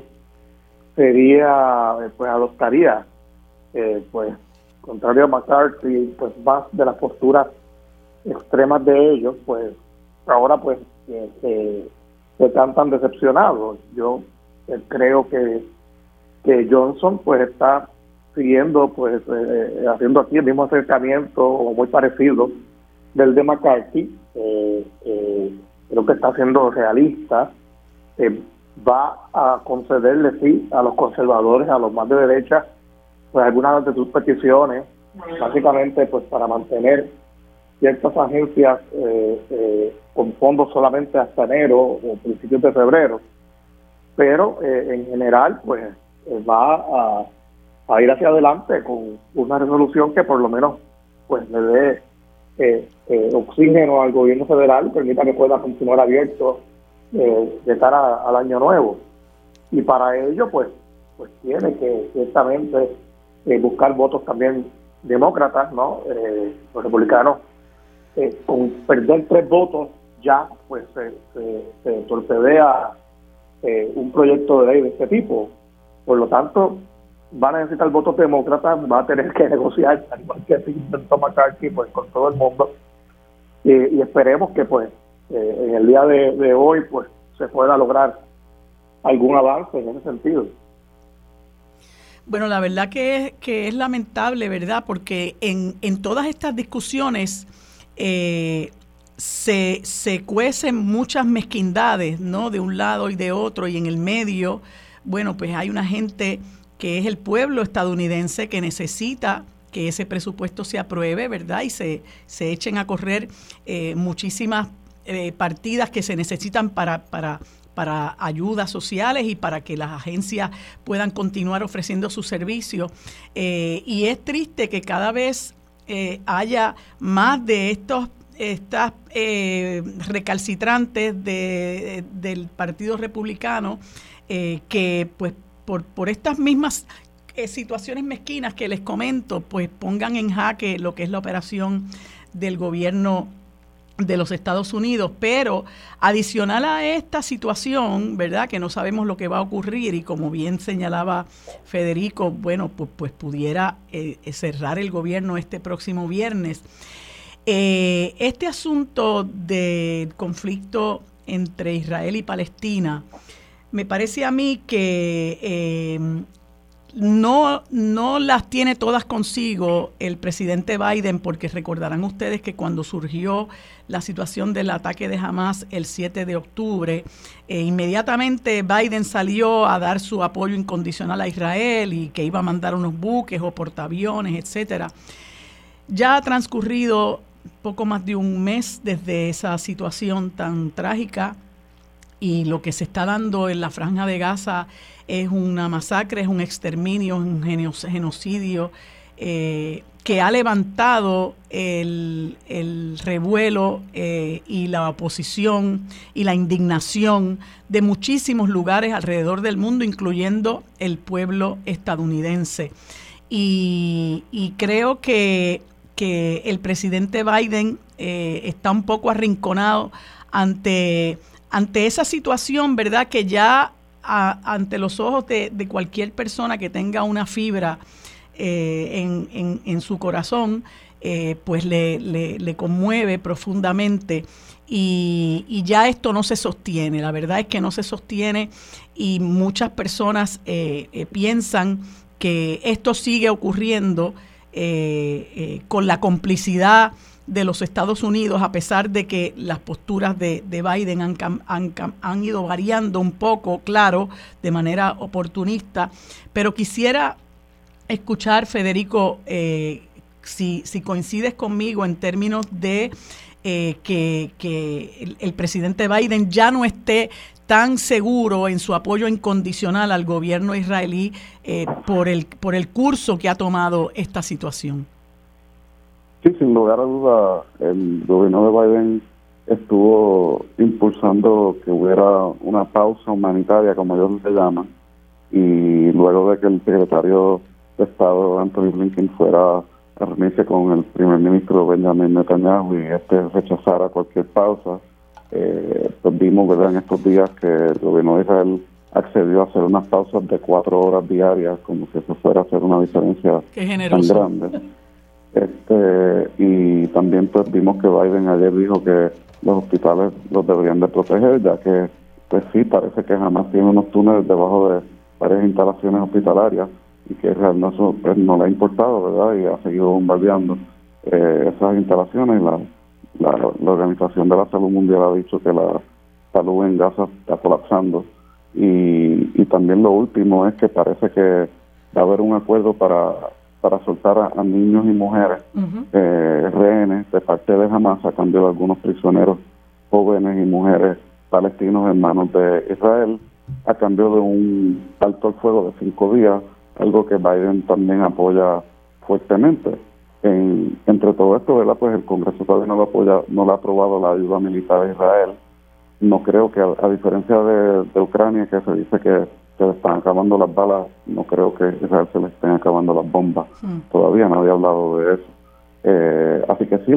Speaker 5: adoptaría pues contrario a McCarthy, pues más de las posturas extremas de ellos, pues ahora pues se están tan decepcionados. Yo creo que Johnson pues está siguiendo, pues haciendo aquí el mismo acercamiento o muy parecido del de McCarthy. Creo que está siendo realista. Va a concederle sí a los conservadores, a los más de derecha, pues algunas de sus peticiones, básicamente pues para mantener ciertas agencias con fondos solamente hasta enero o principios de febrero, pero en general pues va a ir hacia adelante con una resolución que por lo menos pues le dé oxígeno al gobierno federal y permita que pueda continuar abierto de cara al año nuevo. Y para ello pues tiene que ciertamente buscar votos también demócratas, ¿no? Los republicanos con perder 3 votos ya pues se torpedea un proyecto de ley de este tipo. Por lo tanto van a necesitar votos demócratas, va a tener que negociar, al igual que intentó McCarthy, pues con todo el mundo, y esperemos que pues en el día de hoy pues se pueda lograr algún avance en ese sentido.
Speaker 3: Bueno, la verdad que es lamentable, ¿verdad? Porque en todas estas discusiones se cuecen muchas mezquindades, ¿no? De un lado y de otro, y en el medio, bueno, pues hay una gente que es el pueblo estadounidense que necesita que ese presupuesto se apruebe, ¿verdad? Y se echen a correr muchísimas partidas que se necesitan para ayudas sociales y para que las agencias puedan continuar ofreciendo sus servicios. Y es triste que cada vez haya más de estas recalcitrantes del Partido Republicano que pues por estas mismas situaciones mezquinas que les comento, pues pongan en jaque lo que es la operación del gobierno de los Estados Unidos. Pero adicional a esta situación, ¿verdad?, que no sabemos lo que va a ocurrir, y como bien señalaba Federico, bueno, pues pudiera cerrar el gobierno este próximo viernes. Este asunto del conflicto entre Israel y Palestina, me parece a mí que no las tiene todas consigo el presidente Biden, porque recordarán ustedes que cuando surgió la situación del ataque de Hamas el 7 de octubre, inmediatamente Biden salió a dar su apoyo incondicional a Israel y que iba a mandar unos buques o portaaviones, etcétera. Ya ha transcurrido poco más de un mes desde esa situación tan trágica, y lo que se está dando en la Franja de Gaza es una masacre, es un exterminio, es un genocidio que ha levantado el revuelo y la oposición y la indignación de muchísimos lugares alrededor del mundo, incluyendo el pueblo estadounidense. Y creo que el presidente Biden está un poco arrinconado ante esa situación, ¿verdad?, que ya ante los ojos de cualquier persona que tenga una fibra en su corazón, pues le conmueve profundamente, y ya esto no se sostiene. La verdad es que no se sostiene, y muchas personas piensan que esto sigue ocurriendo con la complicidad de los Estados Unidos, a pesar de que las posturas de Biden han ido variando un poco, claro, de manera oportunista. Pero quisiera escuchar, Federico, si coincides conmigo en términos de que el presidente Biden ya no esté tan seguro en su apoyo incondicional al gobierno israelí por el curso que ha tomado esta situación.
Speaker 4: Sí, sin lugar a duda, el gobierno de Biden estuvo impulsando que hubiera una pausa humanitaria, como ellos le llaman, y luego de que el secretario de Estado, Anthony Blinken, fuera a reunirse con el primer ministro Benjamin Netanyahu y rechazara cualquier pausa, pues vimos, ¿verdad?, en estos días que el gobierno de Israel accedió a hacer unas pausas de 4 horas diarias, como si eso fuera a hacer una diferencia tan grande. Y también pues vimos que Biden ayer dijo que los hospitales los deberían de proteger, ya que pues sí, parece que jamás tiene unos túneles debajo de varias instalaciones hospitalarias, y que Israel no le ha importado, ¿verdad?, y ha seguido bombardeando esas instalaciones. La Organización de la Salud Mundial ha dicho que la salud en Gaza está colapsando, y también lo último es que parece que va a haber un acuerdo para soltar a niños y mujeres rehenes de parte de Hamas, a cambio de algunos prisioneros jóvenes y mujeres palestinos en manos de Israel, a cambio de un alto al fuego de 5 días, algo que Biden también apoya fuertemente. Entre todo esto, ¿verdad?, pues el Congreso todavía no le ha aprobado la ayuda militar a Israel. No creo que, a diferencia de Ucrania, que se dice que se le están acabando las balas, no creo que Israel se le estén acabando las bombas. Todavía nadie ha hablado de eso. Así que sí,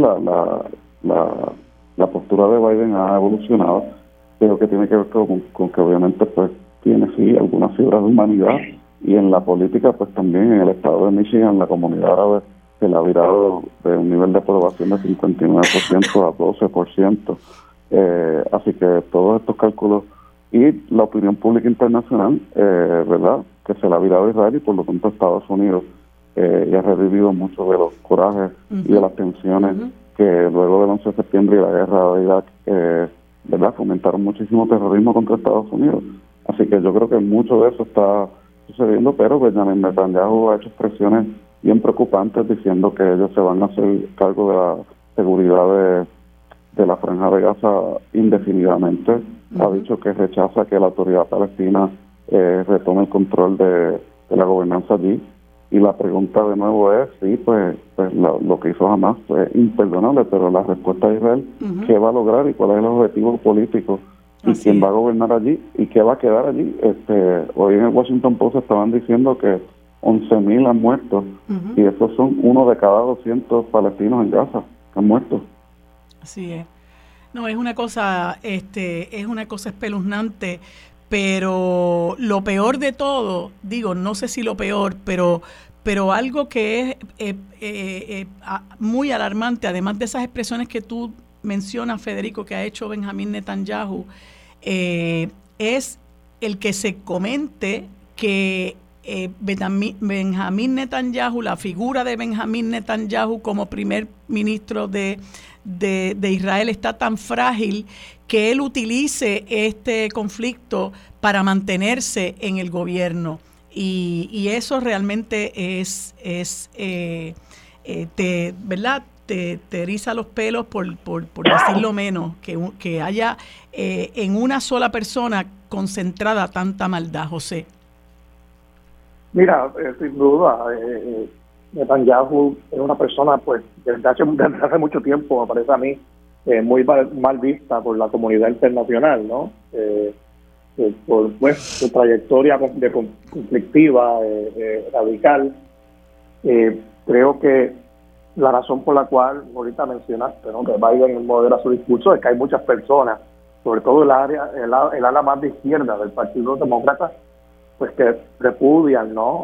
Speaker 4: la postura de Biden ha evolucionado. Creo que tiene que ver con que obviamente pues tiene sí algunas fibras de humanidad, y en la política pues también en el estado de Michigan la comunidad árabe se le ha virado de un nivel de aprobación de 59% a 12%. Así que todos estos cálculos y la opinión pública internacional, ¿verdad?, que se le ha virado a Israel, y por lo tanto Estados Unidos y ha revivido mucho de los corajes y de las tensiones que luego del 11 de septiembre y la guerra de Irak, ¿verdad?, fomentaron muchísimo terrorismo contra Estados Unidos. Así que yo creo que mucho de eso está sucediendo, pero Benjamin Netanyahu ha hecho expresiones bien preocupantes diciendo que ellos se van a hacer cargo de la seguridad de la Franja de Gaza indefinidamente. Ha dicho que rechaza que la autoridad palestina retome el control de la gobernanza allí, Y la pregunta de nuevo es, sí, pues lo que hizo Hamás es imperdonable, pero la respuesta de Israel, ¿qué va a lograr y cuál es el objetivo político? ¿Y quién va a gobernar allí? ¿Y qué va a quedar allí? Hoy en el Washington Post estaban diciendo que 11.000 han muerto, y esos son 1 de cada 200 palestinos en Gaza que han muerto.
Speaker 3: Así es. No, es una cosa espeluznante, pero lo peor de todo, digo, no sé si lo peor, pero algo que es muy alarmante, además de esas expresiones que tú mencionas, Federico, que ha hecho Benjamín Netanyahu, es el que se comente que Benjamín Netanyahu, la figura de Benjamín Netanyahu como primer ministro de Israel está tan frágil que él utilice este conflicto para mantenerse en el gobierno. Y eso realmente ¿verdad? Te eriza los pelos por decirlo menos, que haya en una sola persona concentrada tanta maldad, José.
Speaker 5: Mira, sin duda, Netanyahu es una persona, pues, desde hace mucho tiempo, me parece a mí, muy mal vista por la comunidad internacional, ¿no? Por su trayectoria conflictiva, radical. Creo que la razón por la cual ahorita mencionaste, ¿no?, que Biden modera su discurso, es que hay muchas personas, sobre todo el ala más de izquierda del Partido Demócrata, pues que repudian, ¿no?,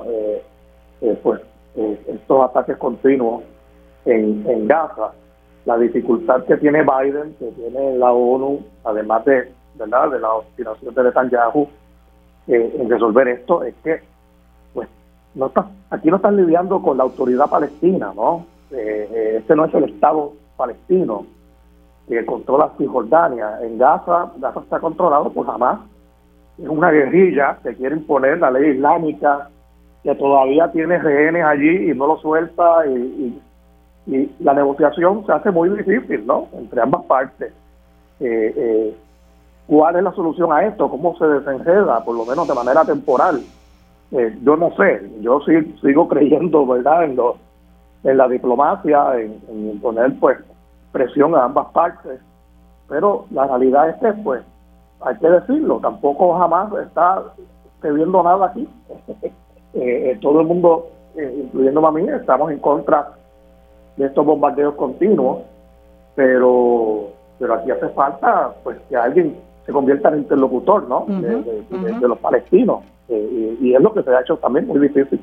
Speaker 5: estos ataques continuos en Gaza, la dificultad que tiene Biden, que tiene la ONU, además de la obstinación de Netanyahu en resolver esto, es que pues aquí no están lidiando con la autoridad palestina, ¿no? Este no es el Estado palestino que controla Cisjordania. En Gaza está controlado por Hamás. Es una guerrilla que quiere imponer la ley islámica, que todavía tiene rehenes allí y no lo suelta, y la negociación se hace muy difícil, ¿no?, entre ambas partes. ¿Cuál es la solución a esto? ¿Cómo se desenreda, por lo menos de manera temporal? Yo no sé. Yo sigo creyendo, ¿verdad?, en la diplomacia, en poner, pues, presión a ambas partes. Pero la realidad es que, pues, hay que decirlo, tampoco jamás está cediendo nada aquí. Todo el mundo, incluyéndome a mí, estamos en contra de estos bombardeos continuos, pero aquí hace falta, pues, que alguien se convierta en interlocutor, ¿no?, de los palestinos, y es lo que se ha hecho también muy difícil.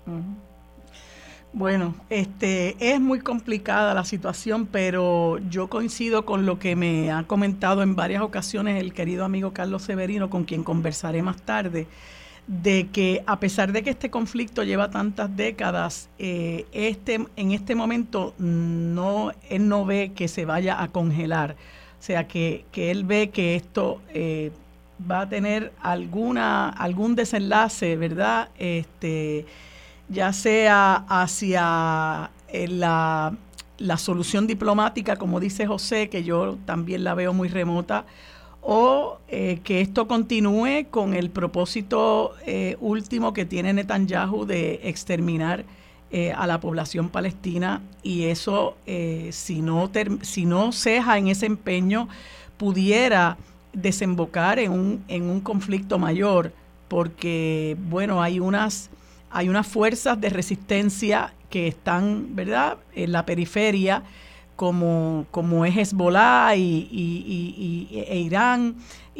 Speaker 3: Bueno, es muy complicada la situación, pero yo coincido con lo que me ha comentado en varias ocasiones el querido amigo Carlos Severino, con quien conversaré más tarde, de que a pesar de que este conflicto lleva tantas décadas, en este momento él no ve que se vaya a congelar. O sea, que él ve que esto va a tener algún desenlace, ¿verdad?, ya sea hacia la solución diplomática, como dice José, que yo también la veo muy remota, o que esto continúe con el propósito último que tiene Netanyahu de exterminar a la población palestina, y eso, si no ceja en ese empeño, pudiera desembocar en un conflicto mayor, porque, bueno, hay unas fuerzas de resistencia que están, ¿verdad?, en la periferia, como es Hezbollah e Irán.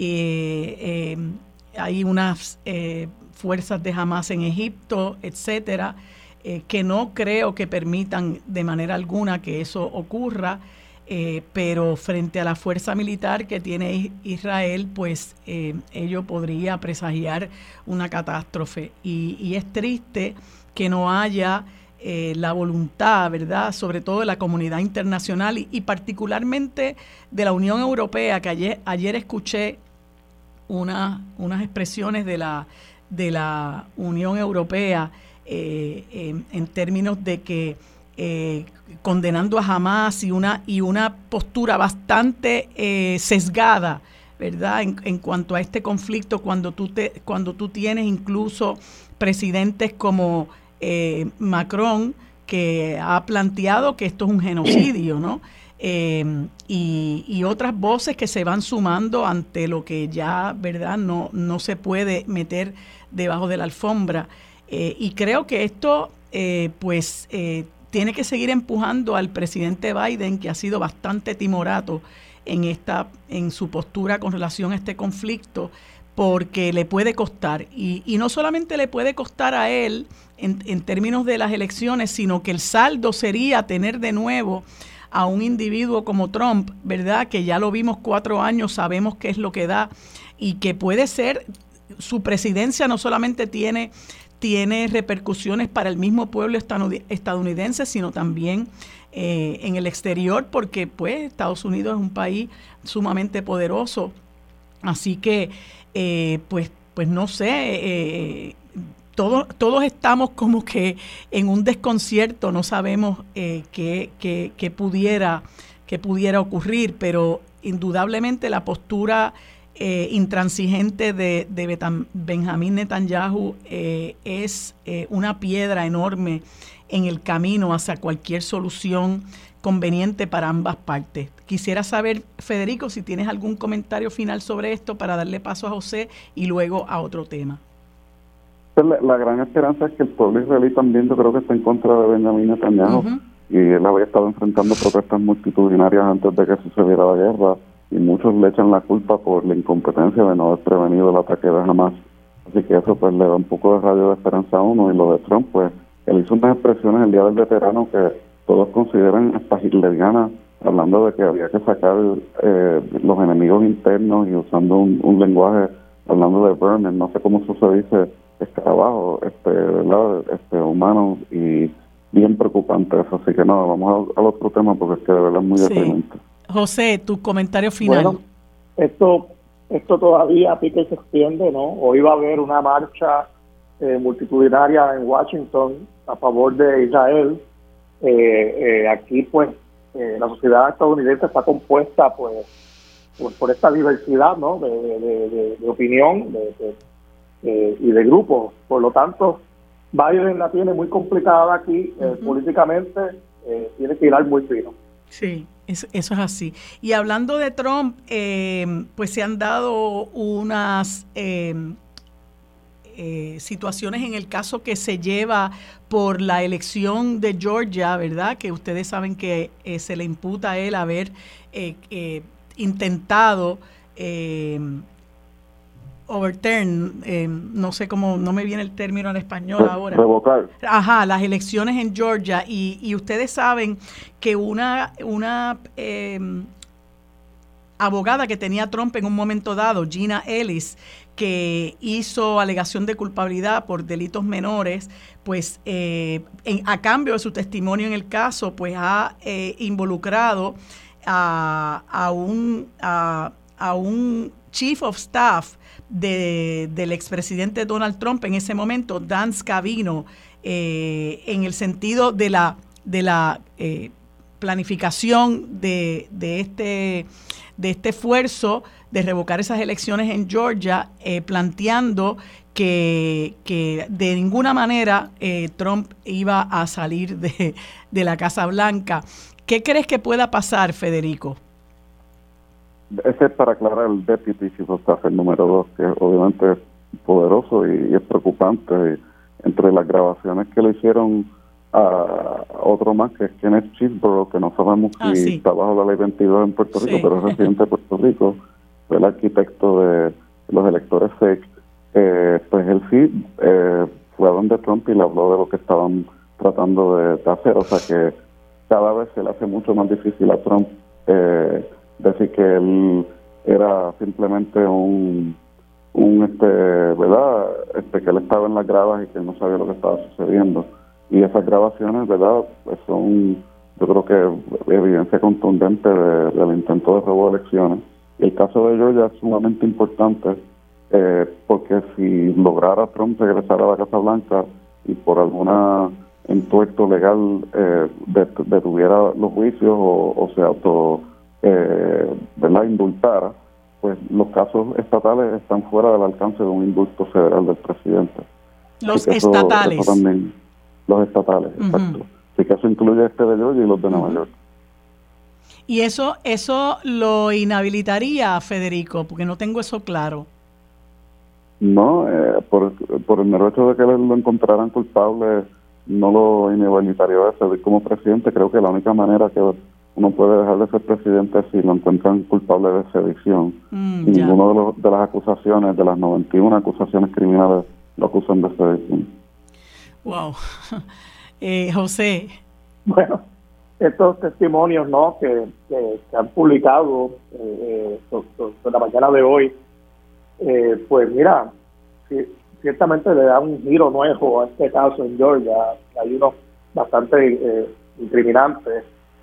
Speaker 3: Hay unas fuerzas de Hamás en Egipto, etcétera, que no creo que permitan de manera alguna que eso ocurra, pero frente a la fuerza militar que tiene Israel, pues ello podría presagiar una catástrofe. Y es triste que no haya la voluntad, ¿verdad?, sobre todo de la comunidad internacional y particularmente de la Unión Europea, que ayer escuché unas expresiones de la Unión Europea en términos de que condenando a Hamás y una postura bastante sesgada, ¿verdad?, en cuanto a este conflicto, cuando tú tienes incluso presidentes como Macron, que ha planteado que esto es un genocidio, ¿no? Y otras voces que se van sumando ante lo que ya, ¿verdad?, no se puede meter debajo de la alfombra. Y creo que esto, tiene que seguir empujando al presidente Biden, que ha sido bastante timorato en su postura con relación a este conflicto, porque le puede costar. Y no solamente le puede costar a él en términos de las elecciones, sino que el saldo sería tener de nuevo a un individuo como Trump, ¿verdad?, que ya lo vimos 4 años, sabemos qué es lo que da, y que puede ser, su presidencia no solamente tiene repercusiones para el mismo pueblo estadounidense, sino también en el exterior, porque pues Estados Unidos es un país sumamente poderoso. Así que, pues no sé, todos estamos como que en un desconcierto, no sabemos qué pudiera ocurrir, pero indudablemente la postura intransigente de Benjamín Netanyahu es una piedra enorme en el camino hacia cualquier solución conveniente para ambas partes. Quisiera saber, Federico, si tienes algún comentario final sobre esto para darle paso a José y luego a otro tema.
Speaker 4: La gran esperanza es que el pueblo israelí también, yo creo que está en contra de Benjamín Netanyahu, y él había estado enfrentando protestas multitudinarias antes de que sucediera la guerra, y muchos le echan la culpa por la incompetencia de no haber prevenido el ataque de Hamas. Así que eso pues le da un poco de rayo de esperanza a uno. Y lo de Trump, pues él hizo unas expresiones el Día del Veterano que todos consideran hasta hitlerianas, hablando de que había que sacar los enemigos internos y usando un lenguaje, hablando de vermin, no sé cómo eso se dice, escarabajo, ¿verdad? Humano, y bien preocupante eso. Así que nada, vamos al otro tema porque es que de verdad es muy deprimente.
Speaker 3: José, tu comentario final.
Speaker 5: Bueno, esto todavía pica y se extiende, ¿no? Hoy va a haber una marcha multitudinaria en Washington a favor de Israel. Aquí, pues, la sociedad estadounidense está compuesta, pues por esta diversidad, ¿no?, de opinión y de grupos. Por lo tanto, Biden la tiene muy complicada aquí, políticamente, tiene que ir muy fino.
Speaker 3: Sí, eso es así. Y hablando de Trump, pues se han dado unas situaciones en el caso que se lleva por la elección de Georgia, ¿verdad? Que ustedes saben que se le imputa a él haber intentado overturn, no sé cómo, no me viene el término en español ahora.
Speaker 4: Revocar.
Speaker 3: Ajá, las elecciones en Georgia, y ustedes saben que una abogada que tenía Trump en un momento dado, Gina Ellis, que hizo alegación de culpabilidad por delitos menores, pues a cambio de su testimonio en el caso, pues ha involucrado a un chief of staff del expresidente Donald Trump en ese momento, Dan Scavino, en el sentido de la planificación de este esfuerzo de revocar esas elecciones en Georgia, planteando que de ninguna manera Trump iba a salir de la Casa Blanca. ¿Qué crees que pueda pasar, Federico?
Speaker 4: Ese es, para aclarar, el Deputy Chief of Staff, el número 2, que obviamente es poderoso y es preocupante. Y entre las grabaciones que le hicieron a otro más, que es Kenneth Chesebro, que no sabemos si está bajo la ley 22 en Puerto Rico, pero es residente de Puerto Rico, fue el arquitecto de los electores fake. Pues él sí fue a donde Trump y le habló de lo que estaban tratando de hacer. O sea que cada vez se le hace mucho más difícil a Trump decir que él era simplemente ¿verdad? Que él estaba en las gradas y que él no sabía lo que estaba sucediendo. Y esas grabaciones, ¿verdad?, pues son, yo creo que evidencia contundente del intento de robo de elecciones. Y el caso de Georgia es sumamente importante porque si lograra Trump regresar a la Casa Blanca y por alguna entuerto legal detuviera los juicios o se ¿verdad?, indultara, pues los casos estatales están fuera del alcance de un indulto federal del presidente.
Speaker 3: Los estatales.
Speaker 4: Eso también, los estatales, exacto. Así que eso incluye de Georgia y los de Nueva York.
Speaker 3: Y eso lo inhabilitaría, Federico, porque no tengo eso claro.
Speaker 4: No, por el mero hecho de que lo encontraran culpable, no lo inhabilitaría de servir como presidente. Creo que la única manera que uno puede dejar de ser presidente es si lo encuentran culpable de sedición. Y ninguno de las acusaciones, de las 91 acusaciones criminales, lo acusan de sedición.
Speaker 3: Wow. José.
Speaker 5: Bueno, estos testimonios, ¿no?, que han publicado sobre la mañana de hoy, pues mira, ciertamente le da un giro nuevo a este caso en Georgia. Hay unos bastante incriminantes,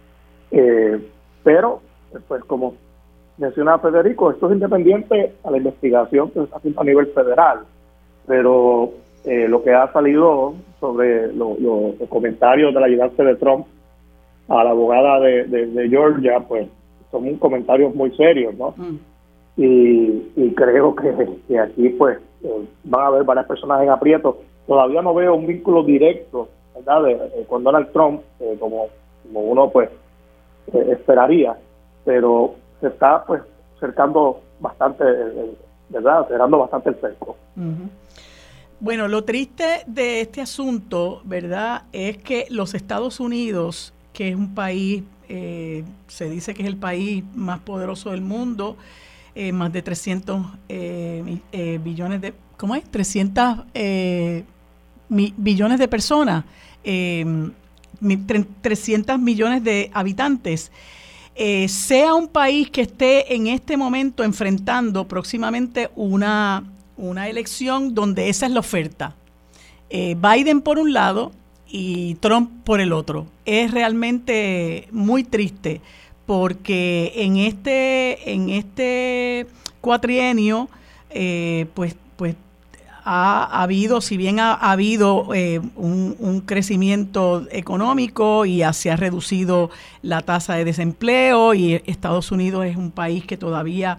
Speaker 5: pero pues como menciona Federico, esto es independiente a la investigación que se está haciendo a nivel federal, pero lo que ha salido sobre los comentarios del ayudante de Trump a la abogada de Georgia, pues son comentarios muy serios, ¿no? Y creo que aquí pues van a haber varias personas en aprieto. Todavía no veo un vínculo directo, ¿verdad?, con Donald Trump, como uno pues esperaría, pero se está pues cercando bastante, ¿verdad?, cerrando bastante el cerco.
Speaker 3: Bueno, lo triste de este asunto, ¿verdad?, es que los Estados Unidos, que es un país, se dice que es el país más poderoso del mundo, más de 300 billones de, ¿cómo es? 300 billones de personas, 300 millones de habitantes, sea un país que esté en este momento enfrentando próximamente una elección donde esa es la oferta. Biden por un lado y Trump por el otro. Es realmente muy triste porque en este cuatrienio pues ha habido, si bien ha habido un crecimiento económico y se ha reducido la tasa de desempleo, y Estados Unidos es un país que todavía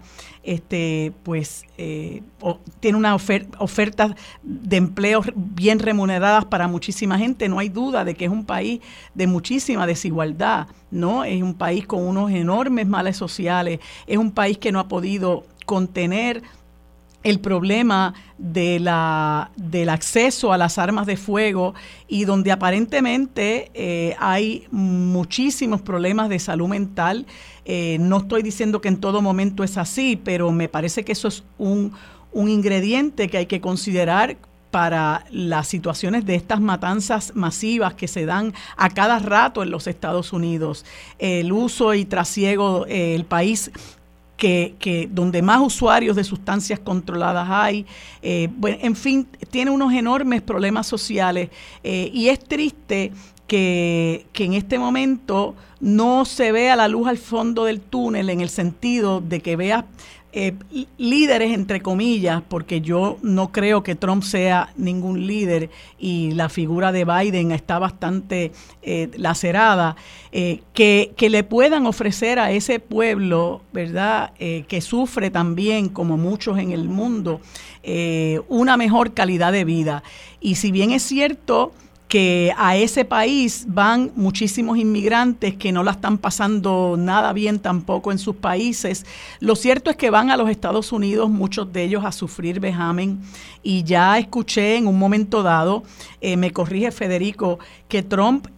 Speaker 3: tiene una oferta de empleo bien remuneradas para muchísima gente. No hay duda de que es un país de muchísima desigualdad, ¿no? Es un país con unos enormes males sociales, es un país que no ha podido contener el problema del acceso a las armas de fuego, y donde aparentemente hay muchísimos problemas de salud mental. No estoy diciendo que en todo momento es así, pero me parece que eso es un ingrediente que hay que considerar para las situaciones de estas matanzas masivas que se dan a cada rato en los Estados Unidos. El uso y trasiego, el país que donde más usuarios de sustancias controladas hay, bueno, en fin, tiene unos enormes problemas sociales, y es triste que en este momento no se vea la luz al fondo del túnel, en el sentido de que veas líderes, entre comillas, porque yo no creo que Trump sea ningún líder y la figura de Biden está bastante lacerada, que le puedan ofrecer a ese pueblo, ¿verdad?, que sufre también, como muchos en el mundo, una mejor calidad de vida. Y si bien es cierto que a ese país van muchísimos inmigrantes que no la están pasando nada bien tampoco en sus países, lo cierto es que van a los Estados Unidos, muchos de ellos, a sufrir vejamen. Y ya escuché en un momento dado, me corrige Federico, que Trump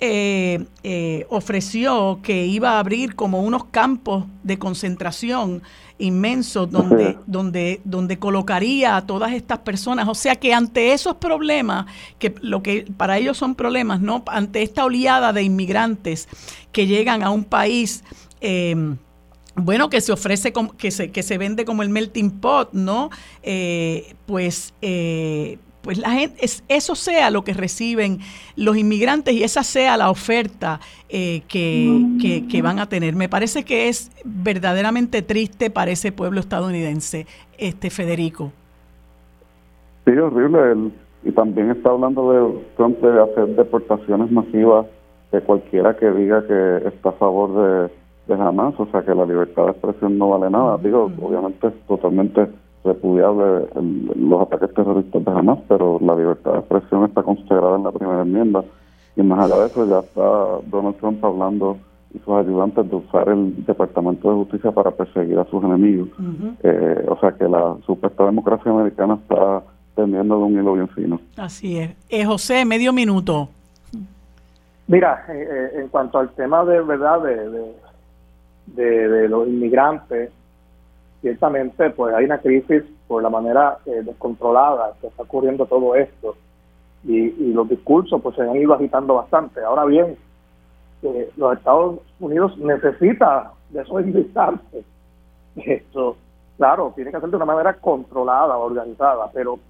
Speaker 3: ofreció que iba a abrir como unos campos de concentración inmensos donde colocaría a todas estas personas. O sea que ante esos problemas, que lo que para ellos son problemas, ¿no?, ante esta oleada de inmigrantes que llegan a un país bueno, que se ofrece, que se vende como el melting pot, ¿no? Pues la gente, eso sea lo que reciben los inmigrantes y esa sea la oferta que van a tener. Me parece que es verdaderamente triste para ese pueblo estadounidense, Federico.
Speaker 4: Sí, horrible. Y también está hablando de Trump de hacer deportaciones masivas de cualquiera que diga que está a favor de Hamas, o sea que la libertad de expresión no vale nada. Digo, obviamente es totalmente repudiable los ataques terroristas de Hamas, pero la libertad de expresión está consagrada en la primera enmienda. Y más allá de eso, ya está Donald Trump hablando y sus ayudantes de usar el Departamento de Justicia para perseguir a sus enemigos. O sea que la supuesta democracia americana está tendiendo de un hilo bien fino.
Speaker 3: Así es. José, medio minuto.
Speaker 5: Mira, en cuanto al tema de verdad de los inmigrantes, ciertamente pues hay una crisis por la manera descontrolada que está ocurriendo todo esto, y los discursos pues se han ido agitando bastante. Ahora bien, los Estados Unidos necesita de esos inmigrantes. Esto, claro, tiene que ser de una manera controlada, organizada, pero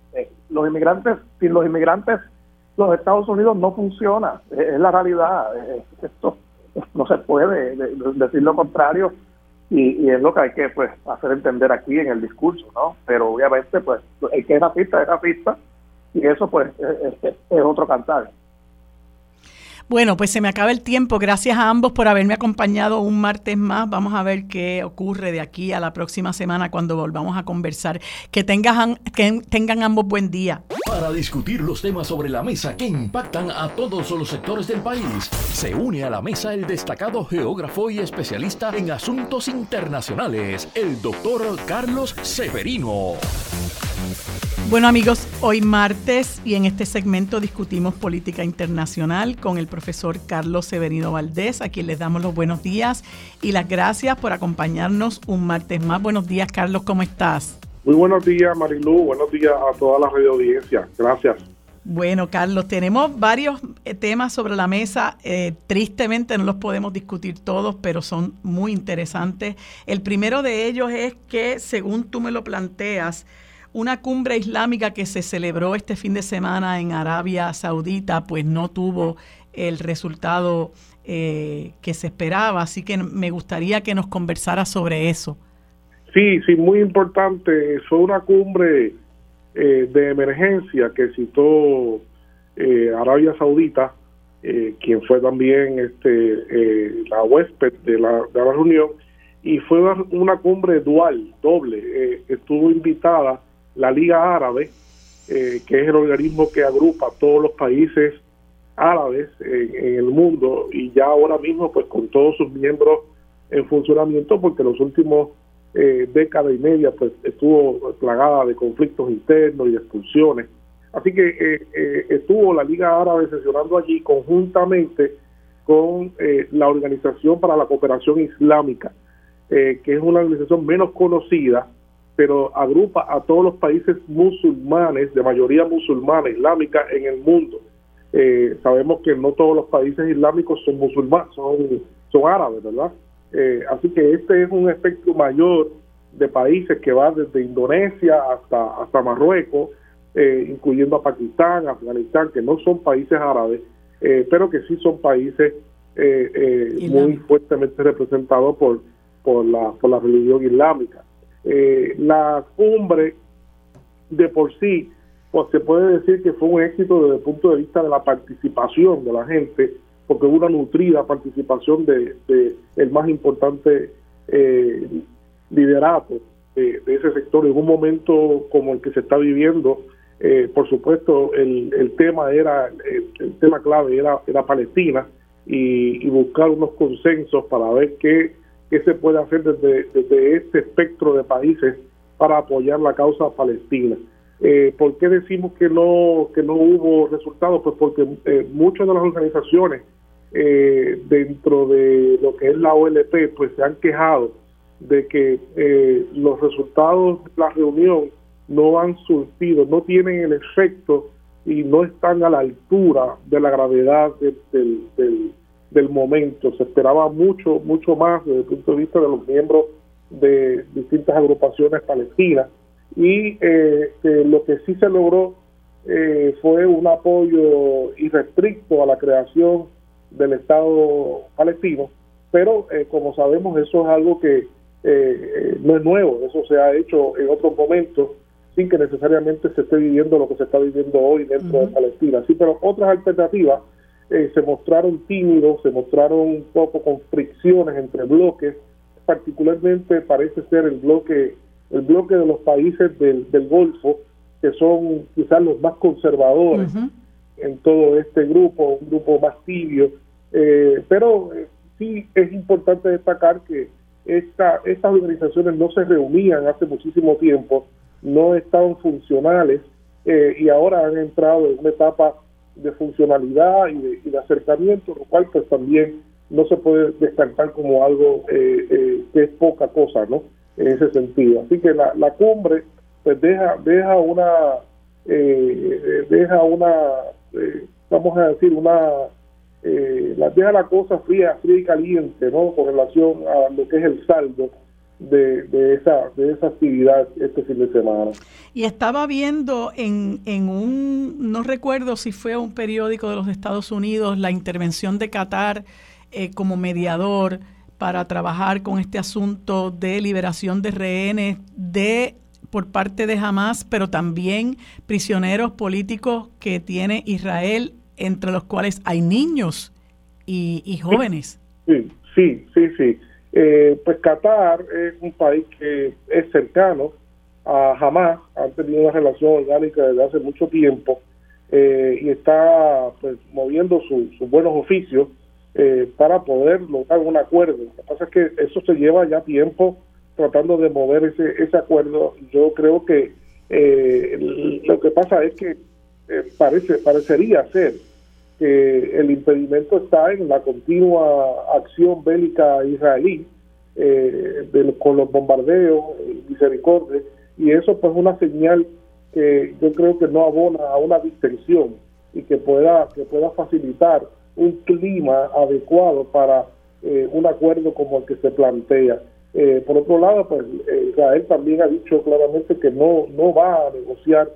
Speaker 5: sin los inmigrantes los Estados Unidos no funciona, es la realidad. Esto no se puede decir lo contrario, y es lo que hay que pues hacer entender aquí en el discurso, ¿no? Pero obviamente pues el que es racista, y eso pues es otro cantar.
Speaker 3: Bueno, pues se me acaba el tiempo. Gracias a ambos por haberme acompañado un martes más. Vamos a ver qué ocurre de aquí a la próxima semana cuando volvamos a conversar. Que tengan ambos buen día.
Speaker 1: Para discutir los temas sobre la mesa que impactan a todos los sectores del país, se une a la mesa el destacado geógrafo y especialista en asuntos internacionales, el doctor Carlos Severino.
Speaker 3: Bueno, amigos, hoy martes y en este segmento discutimos política internacional con el profesor Carlos Severino Valdés, a quien les damos los buenos días y las gracias por acompañarnos un martes más. Buenos días, Carlos, ¿cómo estás?
Speaker 6: Muy buenos días, Marilu. Buenos días a toda la radio audiencia. Gracias.
Speaker 3: Bueno, Carlos, tenemos varios temas sobre la mesa. Tristemente no los podemos discutir todos, pero son muy interesantes. El primero de ellos es que, según tú me lo planteas, una cumbre islámica que se celebró este fin de semana en Arabia Saudita, pues no tuvo el resultado que se esperaba. Así que me gustaría que nos conversara sobre eso.
Speaker 6: Sí, muy importante. Fue una cumbre de emergencia que citó Arabia Saudita, quien fue también la huésped de la reunión, y fue una cumbre doble. Estuvo invitada la Liga Árabe, que es el organismo que agrupa a todos los países árabes en el mundo, y ya ahora mismo pues con todos sus miembros en funcionamiento, porque los últimos década y media pues estuvo plagada de conflictos internos y de expulsiones. Así que estuvo la Liga Árabe sesionando allí conjuntamente con la Organización para la Cooperación Islámica, que es una organización menos conocida, pero agrupa a todos los países musulmanes, de mayoría musulmana islámica en el mundo. Sabemos que no todos los países islámicos son musulmanes, son árabes, ¿verdad? Así que este es un espectro mayor de países que va desde Indonesia hasta Marruecos, incluyendo a Pakistán, Afganistán, que no son países árabes, pero que sí son países muy fuertemente representados por la religión islámica. La cumbre de por sí, pues se puede decir que fue un éxito desde el punto de vista de la participación de la gente, porque hubo una nutrida participación de el más importante liderato de ese sector en un momento como el que se está viviendo. Por supuesto, el tema clave era Palestina, y buscar unos consensos para ver qué se puede hacer desde este espectro de países para apoyar la causa palestina. ¿Por qué decimos que no hubo resultados? Pues porque muchas de las organizaciones dentro de lo que es la OLP pues se han quejado de que los resultados de la reunión no han surtido, no tienen el efecto y no están a la altura de la gravedad del momento. Se esperaba mucho más desde el punto de vista de los miembros de distintas agrupaciones palestinas, y lo que sí se logró fue un apoyo irrestricto a la creación del Estado palestino, pero como sabemos eso es algo que no es nuevo, eso se ha hecho en otros momentos sin que necesariamente se esté viviendo lo que se está viviendo hoy dentro de Palestina. Sí, pero otras alternativas se mostraron tímidos, se mostraron un poco con fricciones entre bloques, particularmente parece ser el bloque de los países del Golfo, que son quizás los más conservadores, en todo este grupo, un grupo más tibio, pero sí es importante destacar que estas organizaciones no se reunían hace muchísimo tiempo, no estaban funcionales y ahora han entrado en una etapa de funcionalidad y de acercamiento, lo cual pues también no se puede descartar como algo que es poca cosa, ¿no? En ese sentido. Así que la cumbre pues deja una vamos a decir deja la cosa fría y caliente, ¿no? Con relación a lo que es el saldo de esa actividad este fin de semana.
Speaker 3: Y estaba viendo en no recuerdo si fue un periódico de los Estados Unidos, la intervención de Qatar como mediador para trabajar con este asunto de liberación de rehenes por parte de Hamás, pero también prisioneros políticos que tiene Israel, entre los cuales hay niños y jóvenes.
Speaker 6: Sí. Pues Qatar es un país que es cercano a Hamás, han tenido una relación orgánica desde hace mucho tiempo y está pues moviendo sus buenos oficios para poder lograr un acuerdo. Lo que pasa es que eso se lleva ya tiempo tratando de mover ese acuerdo. Yo creo que lo que pasa es que parecería ser que el impedimento está en la continua acción bélica israelí con los bombardeos y misericordia, y eso pues es una señal que yo creo que no abona a una distensión y que pueda facilitar un clima adecuado para un acuerdo como el que se plantea. Por otro lado, pues Israel también ha dicho claramente que no va a negociar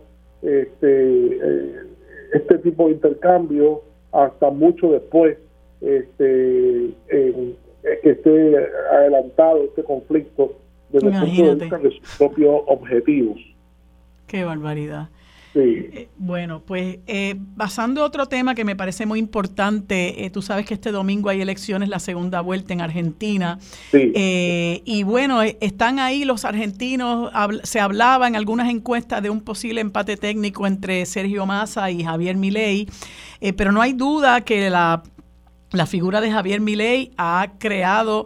Speaker 6: este tipo de intercambio hasta mucho después que esté adelantado este conflicto desde el punto de vista de sus propios objetivos.
Speaker 3: Qué barbaridad.
Speaker 6: Sí.
Speaker 3: Bueno, pues pasando a otro tema que me parece muy importante, tú sabes que este domingo hay elecciones, la segunda vuelta en Argentina.
Speaker 6: Sí.
Speaker 3: Y bueno, están ahí los argentinos, se hablaba en algunas encuestas de un posible empate técnico entre Sergio Massa y Javier Milei, pero no hay duda que la figura de Javier Milei ha creado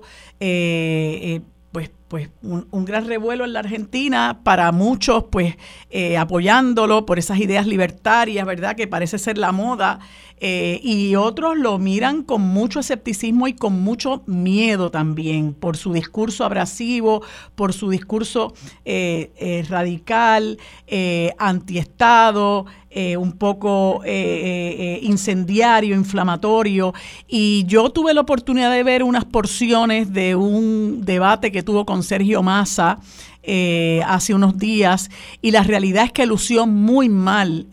Speaker 3: pues un gran revuelo en la Argentina, para muchos pues apoyándolo por esas ideas libertarias, ¿verdad?, que parece ser la moda, y otros lo miran con mucho escepticismo y con mucho miedo también por su discurso abrasivo, por su discurso radical, antiestado, un poco incendiario, inflamatorio. Y yo tuve la oportunidad de ver unas porciones de un debate que tuvo con Sergio Massa hace unos días, y la realidad es que lució muy mal,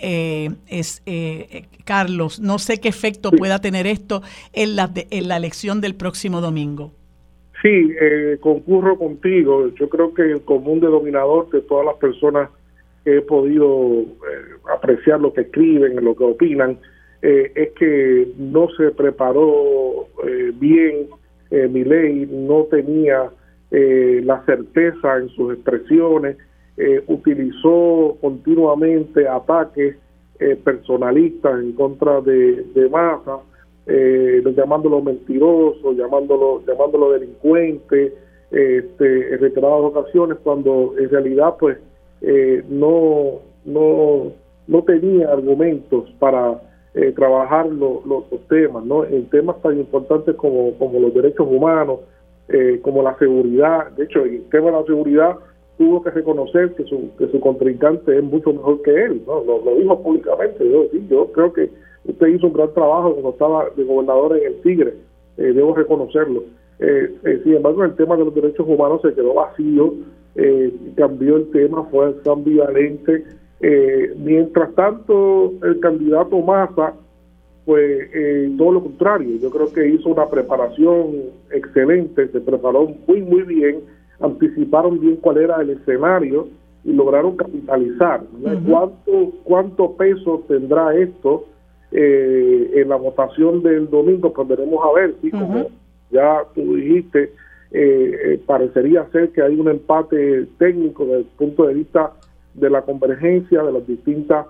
Speaker 3: Carlos. No sé qué efecto pueda tener esto en la elección del próximo domingo.
Speaker 6: Sí, concurro contigo. Yo creo que el común denominador de todas las personas que he podido apreciar lo que escriben, lo que opinan, es que no se preparó bien. Milei no tenía la certeza en sus expresiones, utilizó continuamente ataques personalistas en contra de Massa, llamándolo mentiroso, llamándolo delincuente, en reiteradas ocasiones, cuando en realidad pues no tenía argumentos para trabajar los temas, ¿no? En temas tan importantes como los derechos humanos, como la seguridad. De hecho, en el tema de la seguridad tuvo que reconocer que su contrincante es mucho mejor que él, ¿no? Lo dijo públicamente. Yo creo que usted hizo un gran trabajo cuando estaba de gobernador en el Tigre, debo reconocerlo. Sin embargo, el tema de los derechos humanos se quedó vacío, cambió el tema, fue ambivalente. Mientras tanto, el candidato Massa, pues todo lo contrario. Yo creo que hizo una preparación excelente, se preparó muy bien, anticiparon bien cuál era el escenario y lograron capitalizar. ¿Cuánto peso tendrá esto en la votación del domingo? Pues veremos a ver, sí, como ya tú dijiste, parecería ser que hay un empate técnico desde el punto de vista de la convergencia de las distintas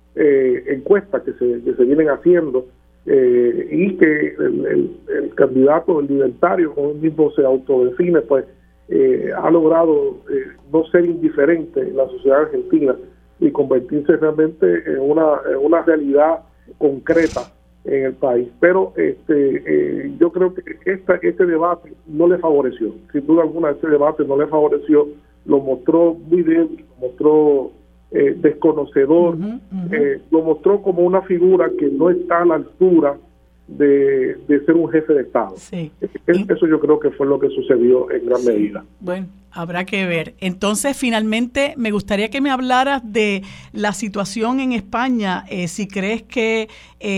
Speaker 6: encuestas que se vienen haciendo, y que el candidato, el libertario, como él mismo se autodefine, pues ha logrado no ser indiferente en la sociedad argentina y convertirse realmente en una realidad concreta en el país. Pero yo creo que este debate no le favoreció, sin duda alguna este debate no le favoreció, lo mostró muy débil, lo mostró desconocedor, lo mostró como una figura que no está a la altura de ser un jefe de Estado. Sí. Eso yo creo que fue lo que sucedió en gran medida.
Speaker 3: Bueno, habrá que ver. Entonces, finalmente, me gustaría que me hablaras de la situación en España. Si crees que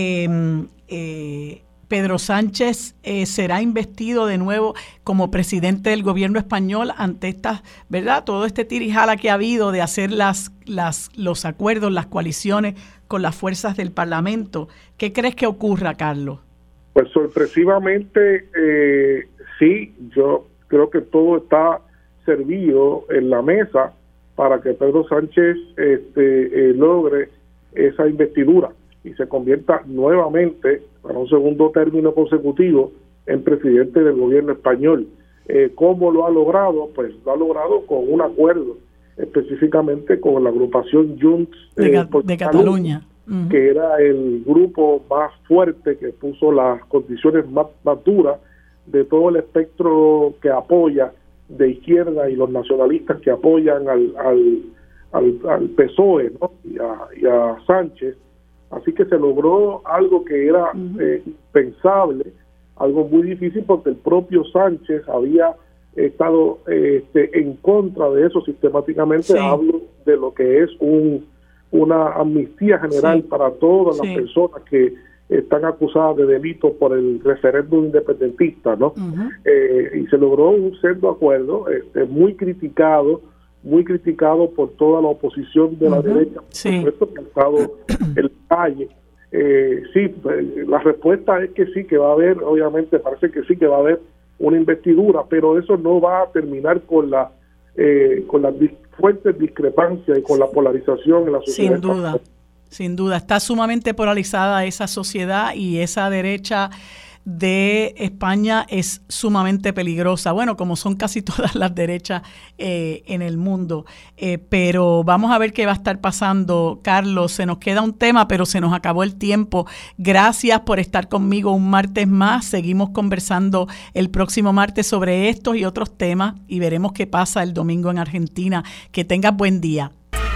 Speaker 3: Pedro Sánchez será investido de nuevo como presidente del gobierno español ante estas, ¿verdad? Todo este tirijala que ha habido de hacer los acuerdos, las coaliciones con las fuerzas del Parlamento. ¿Qué crees que ocurra, Carlos?
Speaker 6: Pues sorpresivamente, sí, yo creo que todo está servido en la mesa para que Pedro Sánchez logre esa investidura y se convierta nuevamente, para un segundo término consecutivo, en presidente del gobierno español. ¿Cómo lo ha logrado? Pues lo ha logrado con un acuerdo, específicamente con la agrupación Junts
Speaker 3: de Cataluña,
Speaker 6: que era el grupo más fuerte, que puso las condiciones más duras de todo el espectro que apoya de izquierda y los nacionalistas que apoyan al PSOE, ¿no? y a Sánchez. Así que se logró algo que era impensable, algo muy difícil, porque el propio Sánchez había estado en contra de eso sistemáticamente. Sí. Hablo de lo que es una amnistía general para todas las personas que están acusadas de delitos por el referéndum independentista, ¿no? Y se logró un cierto acuerdo, muy criticado por toda la oposición de la derecha, por supuesto, que ha estado en la calle. Sí, la respuesta es que sí, que va a haber, obviamente parece que sí, que va a haber una investidura, pero eso no va a terminar con las fuertes discrepancias y con la polarización en la sociedad.
Speaker 3: Sin duda, está sumamente polarizada esa sociedad, y esa derecha de España es sumamente peligrosa, bueno, como son casi todas las derechas en el mundo, pero vamos a ver qué va a estar pasando. Carlos, se nos queda un tema, pero se nos acabó el tiempo. Gracias por estar conmigo un martes más. Seguimos conversando el próximo martes sobre estos y otros temas, y veremos qué pasa el domingo en Argentina. Que tengas buen día.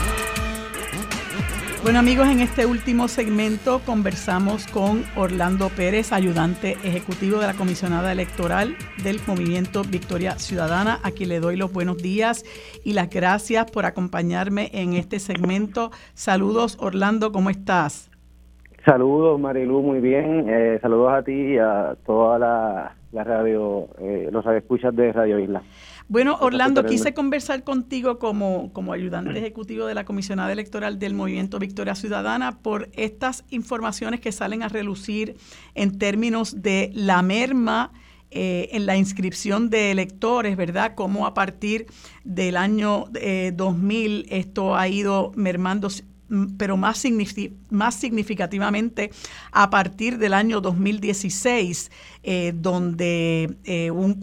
Speaker 3: Bueno, amigos, en este último segmento conversamos con Orlando Pérez, ayudante ejecutivo de la comisionada electoral del Movimiento Victoria Ciudadana, a quien le doy los buenos días y las gracias por acompañarme en este segmento. Saludos, Orlando, ¿cómo estás?
Speaker 7: Saludos, Marilu, muy bien. Saludos a ti y a toda la radio, los radioescuchas de Radio Isla.
Speaker 3: Bueno, Orlando, quise conversar contigo como ayudante ejecutivo de la comisionada electoral del Movimiento Victoria Ciudadana por estas informaciones que salen a relucir en términos de la merma en la inscripción de electores, ¿verdad? Cómo a partir del año 2000 esto ha ido mermando, pero más significativamente a partir del año 2016, donde un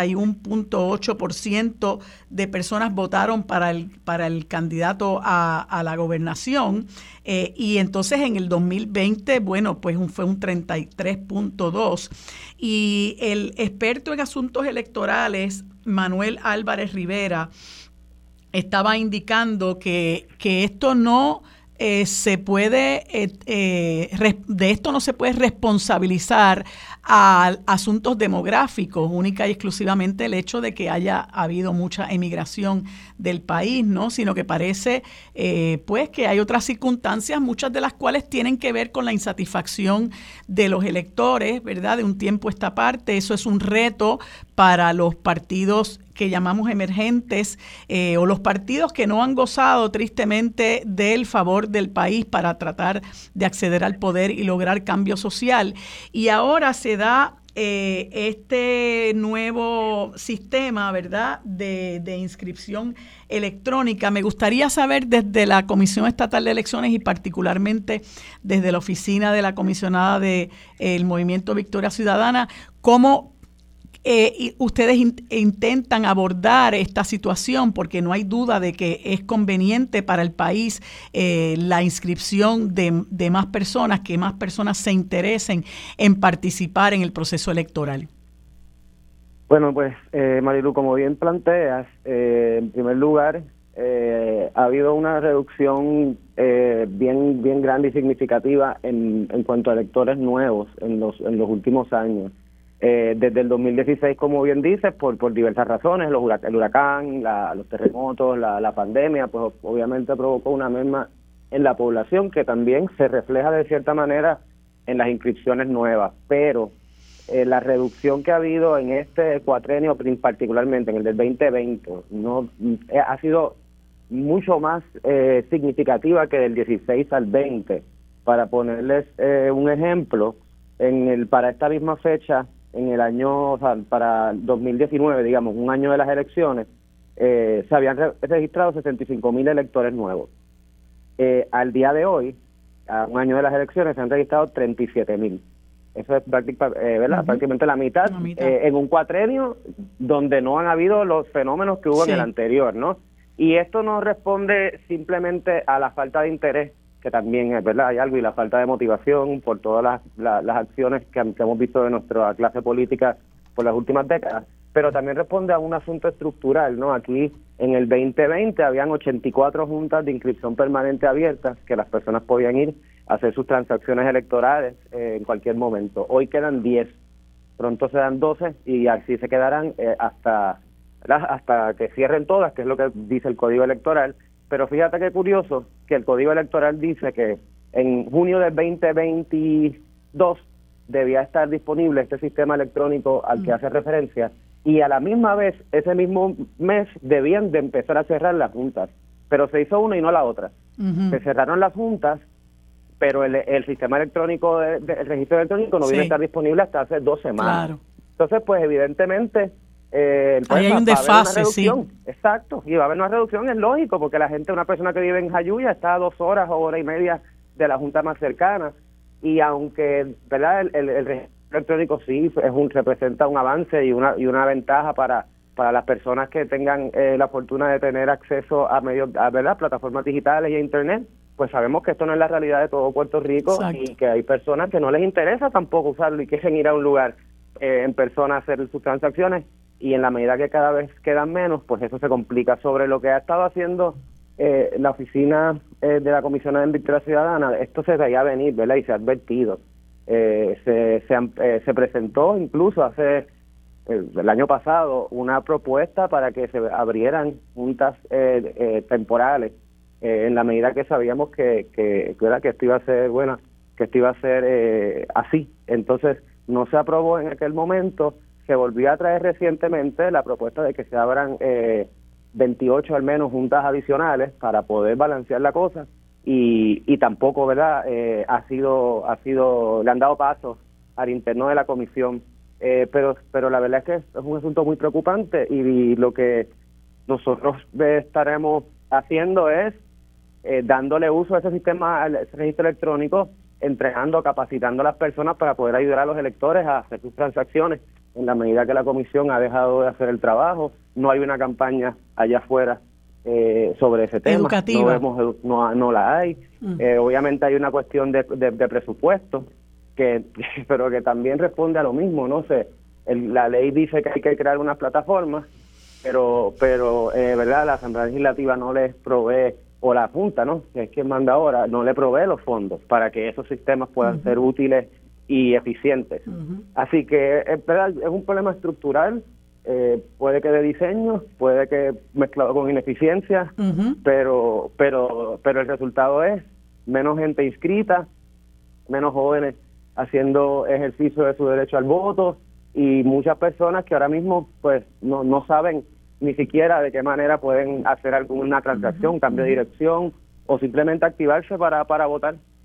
Speaker 3: 41.8% de personas votaron para el candidato a la gobernación, y entonces en el 2020, bueno, pues fue un 33.2%, y el experto en asuntos electorales, Manuel Álvarez Rivera, estaba indicando que esto no se puede, de esto no se puede responsabilizar a asuntos demográficos, única y exclusivamente el hecho de que haya habido mucha emigración del país, ¿no? Sino que parece pues que hay otras circunstancias, muchas de las cuales tienen que ver con la insatisfacción de los electores, ¿verdad? De un tiempo a esta parte. Eso es un reto para los partidos que llamamos emergentes, o los partidos que no han gozado tristemente del favor del país para tratar de acceder al poder y lograr cambio social. Y ahora se da este nuevo sistema, ¿verdad?, de inscripción electrónica. Me gustaría saber desde la Comisión Estatal de Elecciones y particularmente desde la oficina de la comisionada del Movimiento Victoria Ciudadana, cómo ustedes intentan abordar esta situación, porque no hay duda de que es conveniente para el país la inscripción de más personas, que más personas se interesen en participar en el proceso electoral.
Speaker 7: Bueno, pues Marilu, como bien planteas, en primer lugar, ha habido una reducción bien grande y significativa en cuanto a electores nuevos en los últimos años. Desde el 2016, como bien dices, por diversas razones, el huracán, los terremotos, la pandemia, pues obviamente provocó una merma en la población que también se refleja de cierta manera en las inscripciones nuevas, pero la reducción que ha habido en este cuatrenio, particularmente en el del 2020, ha sido mucho más significativa que del 16 al 20. Para ponerles un ejemplo, para esta misma fecha, en el año, o sea, para 2019, digamos, un año de las elecciones, se habían registrado 65,000 electores nuevos. Al día de hoy, a un año de las elecciones, se han registrado 37,000. Eso es ¿verdad? Prácticamente la mitad, en un cuatrenio donde no han habido los fenómenos que hubo en el anterior, ¿no? Y esto no responde simplemente a la falta de interés, que también es verdad, hay algo, y la falta de motivación por todas las acciones que hemos visto de nuestra clase política por las últimas décadas, pero también responde a un asunto estructural, ¿no? Aquí en el 2020 habían 84 juntas de inscripción permanente abiertas que las personas podían ir a hacer sus transacciones electorales en cualquier momento. Hoy quedan 10, pronto serán 12 y así se quedarán hasta que cierren todas, que es lo que dice el Código Electoral. Pero fíjate qué curioso que el Código Electoral dice que en junio del 2022 debía estar disponible este sistema electrónico al que hace referencia, y a la misma vez, ese mismo mes, debían de empezar a cerrar las juntas, pero se hizo una y no la otra. Se cerraron las juntas, pero el sistema electrónico, el registro electrónico no viene a estar disponible hasta hace 2 semanas. Claro. Entonces, pues evidentemente
Speaker 3: ahí hay un desfase, sí.
Speaker 7: Exacto, y va a haber una reducción, es lógico, porque una persona que vive en Jayuya está a 2 horas o hora y media de la junta más cercana, y aunque, ¿verdad?, el registro electrónico sí representa un avance y una ventaja para las personas que tengan la fortuna de tener acceso a medios, ¿verdad?, plataformas digitales y a internet, pues sabemos que esto no es la realidad de todo Puerto Rico. Exacto. Y que hay personas que no les interesa tampoco usarlo y quieren ir a un lugar en persona a hacer sus transacciones, y en la medida que cada vez quedan menos, pues eso se complica. Sobre lo que ha estado haciendo la oficina de la comisionada en Victoria Ciudadana, esto se veía venir, ¿verdad?, y se ha advertido. Se presentó incluso el año pasado una propuesta para que se abrieran juntas temporales, en la medida que sabíamos que esto iba a ser que esto iba a ser así. Entonces no se aprobó en aquel momento. Se volvió a traer recientemente la propuesta de que se abran 28 al menos juntas adicionales para poder balancear la cosa, y tampoco, ¿verdad?, le han dado pasos al interno de la comisión, pero la verdad es que es un asunto muy preocupante, y lo que nosotros estaremos haciendo es dándole uso a ese sistema, al registro electrónico, entregando, capacitando a las personas para poder ayudar a los electores a hacer sus transacciones. En la medida que la comisión ha dejado de hacer el trabajo, no hay una campaña allá afuera sobre ese tema.
Speaker 3: Educativa.
Speaker 7: No la hay. Obviamente hay una cuestión de presupuesto, pero que también responde a lo mismo, ¿no? La ley dice que hay que crear unas plataformas, pero ¿verdad?, la Asamblea Legislativa no les provee, o la Junta, ¿no?, que es quien manda ahora, no le provee los fondos para que esos sistemas puedan ser útiles y eficientes. Así que es un problema estructural, puede que de diseño, puede que mezclado con ineficiencia, pero el resultado es menos gente inscrita, menos jóvenes haciendo ejercicio de su derecho al voto, y muchas personas que ahora mismo pues no saben ni siquiera de qué manera pueden hacer alguna transacción, cambio de dirección, o simplemente activarse para votar.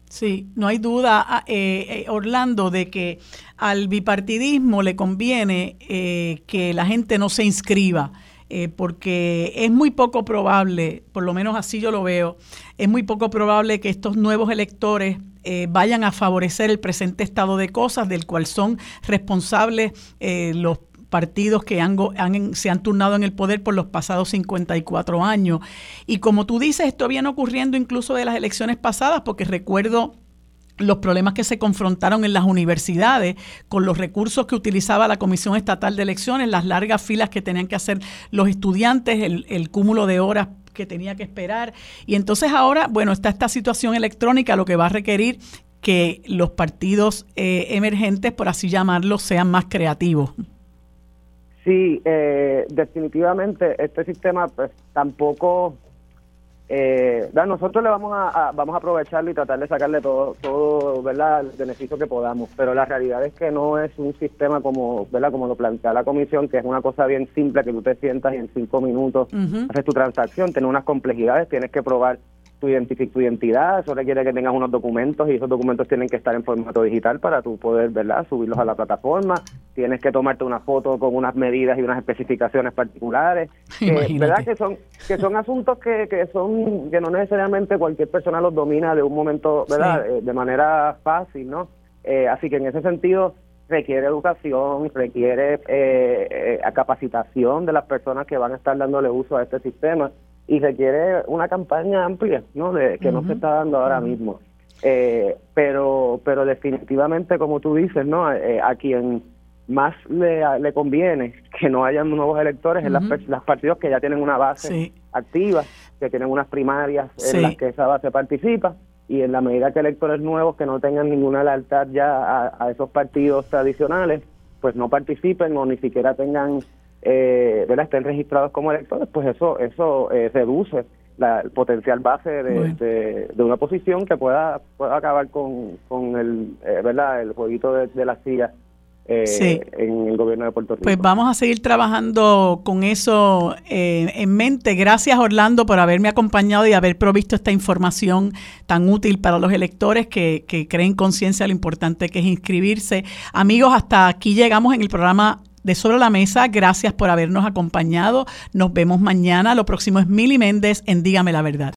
Speaker 3: Sí, no hay duda, Orlando, de que al bipartidismo le conviene que la gente no se inscriba, porque es muy poco probable, por lo menos así yo lo veo, es muy poco probable que estos nuevos electores vayan a favorecer el presente estado de cosas del cual son responsables los partidos que se han turnado en el poder por los pasados 54 años. Y como tú dices, esto viene ocurriendo incluso de las elecciones pasadas, porque recuerdo los problemas que se confrontaron en las universidades con los recursos que utilizaba la Comisión Estatal de Elecciones, las largas filas que tenían que hacer los estudiantes, el cúmulo de horas que tenía que esperar. Y entonces ahora, bueno, está esta situación electrónica, lo que va a requerir que los partidos emergentes, por así llamarlos, sean más creativos.
Speaker 7: Sí, definitivamente este sistema pues tampoco, nosotros le vamos a aprovecharlo y tratar de sacarle todo, ¿verdad?, el beneficio que podamos, pero la realidad es que no es un sistema como, ¿verdad?, como lo plantea la comisión, que es una cosa bien simple, que tú te sientas y en 5 minutos haces tu transacción. Tiene unas complejidades, tienes que probar tu identidad, eso requiere que tengas unos documentos y esos documentos tienen que estar en formato digital para tú poder, ¿verdad?, subirlos a la plataforma. Tienes que tomarte una foto con unas medidas y unas especificaciones particulares, ¿verdad?, que son asuntos que no necesariamente cualquier persona los domina de un momento, ¿verdad?, de manera fácil, ¿no? Así que en ese sentido requiere educación, requiere capacitación de las personas que van a estar dándole uso a este sistema, y requiere una campaña amplia, ¿no?, que no se está dando ahora mismo. Pero definitivamente, como tú dices, ¿no?, a quien más le conviene que no haya nuevos electores en los partidos que ya tienen una base activa, que tienen unas primarias en las que esa base participa, y en la medida que electores nuevos que no tengan ninguna lealtad ya a esos partidos tradicionales, pues no participen o ni siquiera tengan ¿verdad?, estén registrados como electores, pues eso reduce el potencial base de una oposición que pueda acabar con el ¿verdad?, el jueguito de las sillas en el gobierno de Puerto Rico.
Speaker 3: Pues vamos a seguir trabajando con eso en mente. Gracias, Orlando, por haberme acompañado y haber provisto esta información tan útil para los electores que creen conciencia de lo importante que es inscribirse. Amigos, hasta aquí llegamos en el programa de Sobre la Mesa. Gracias por habernos acompañado. Nos vemos mañana. Lo próximo es Mili Méndez en Dígame la Verdad.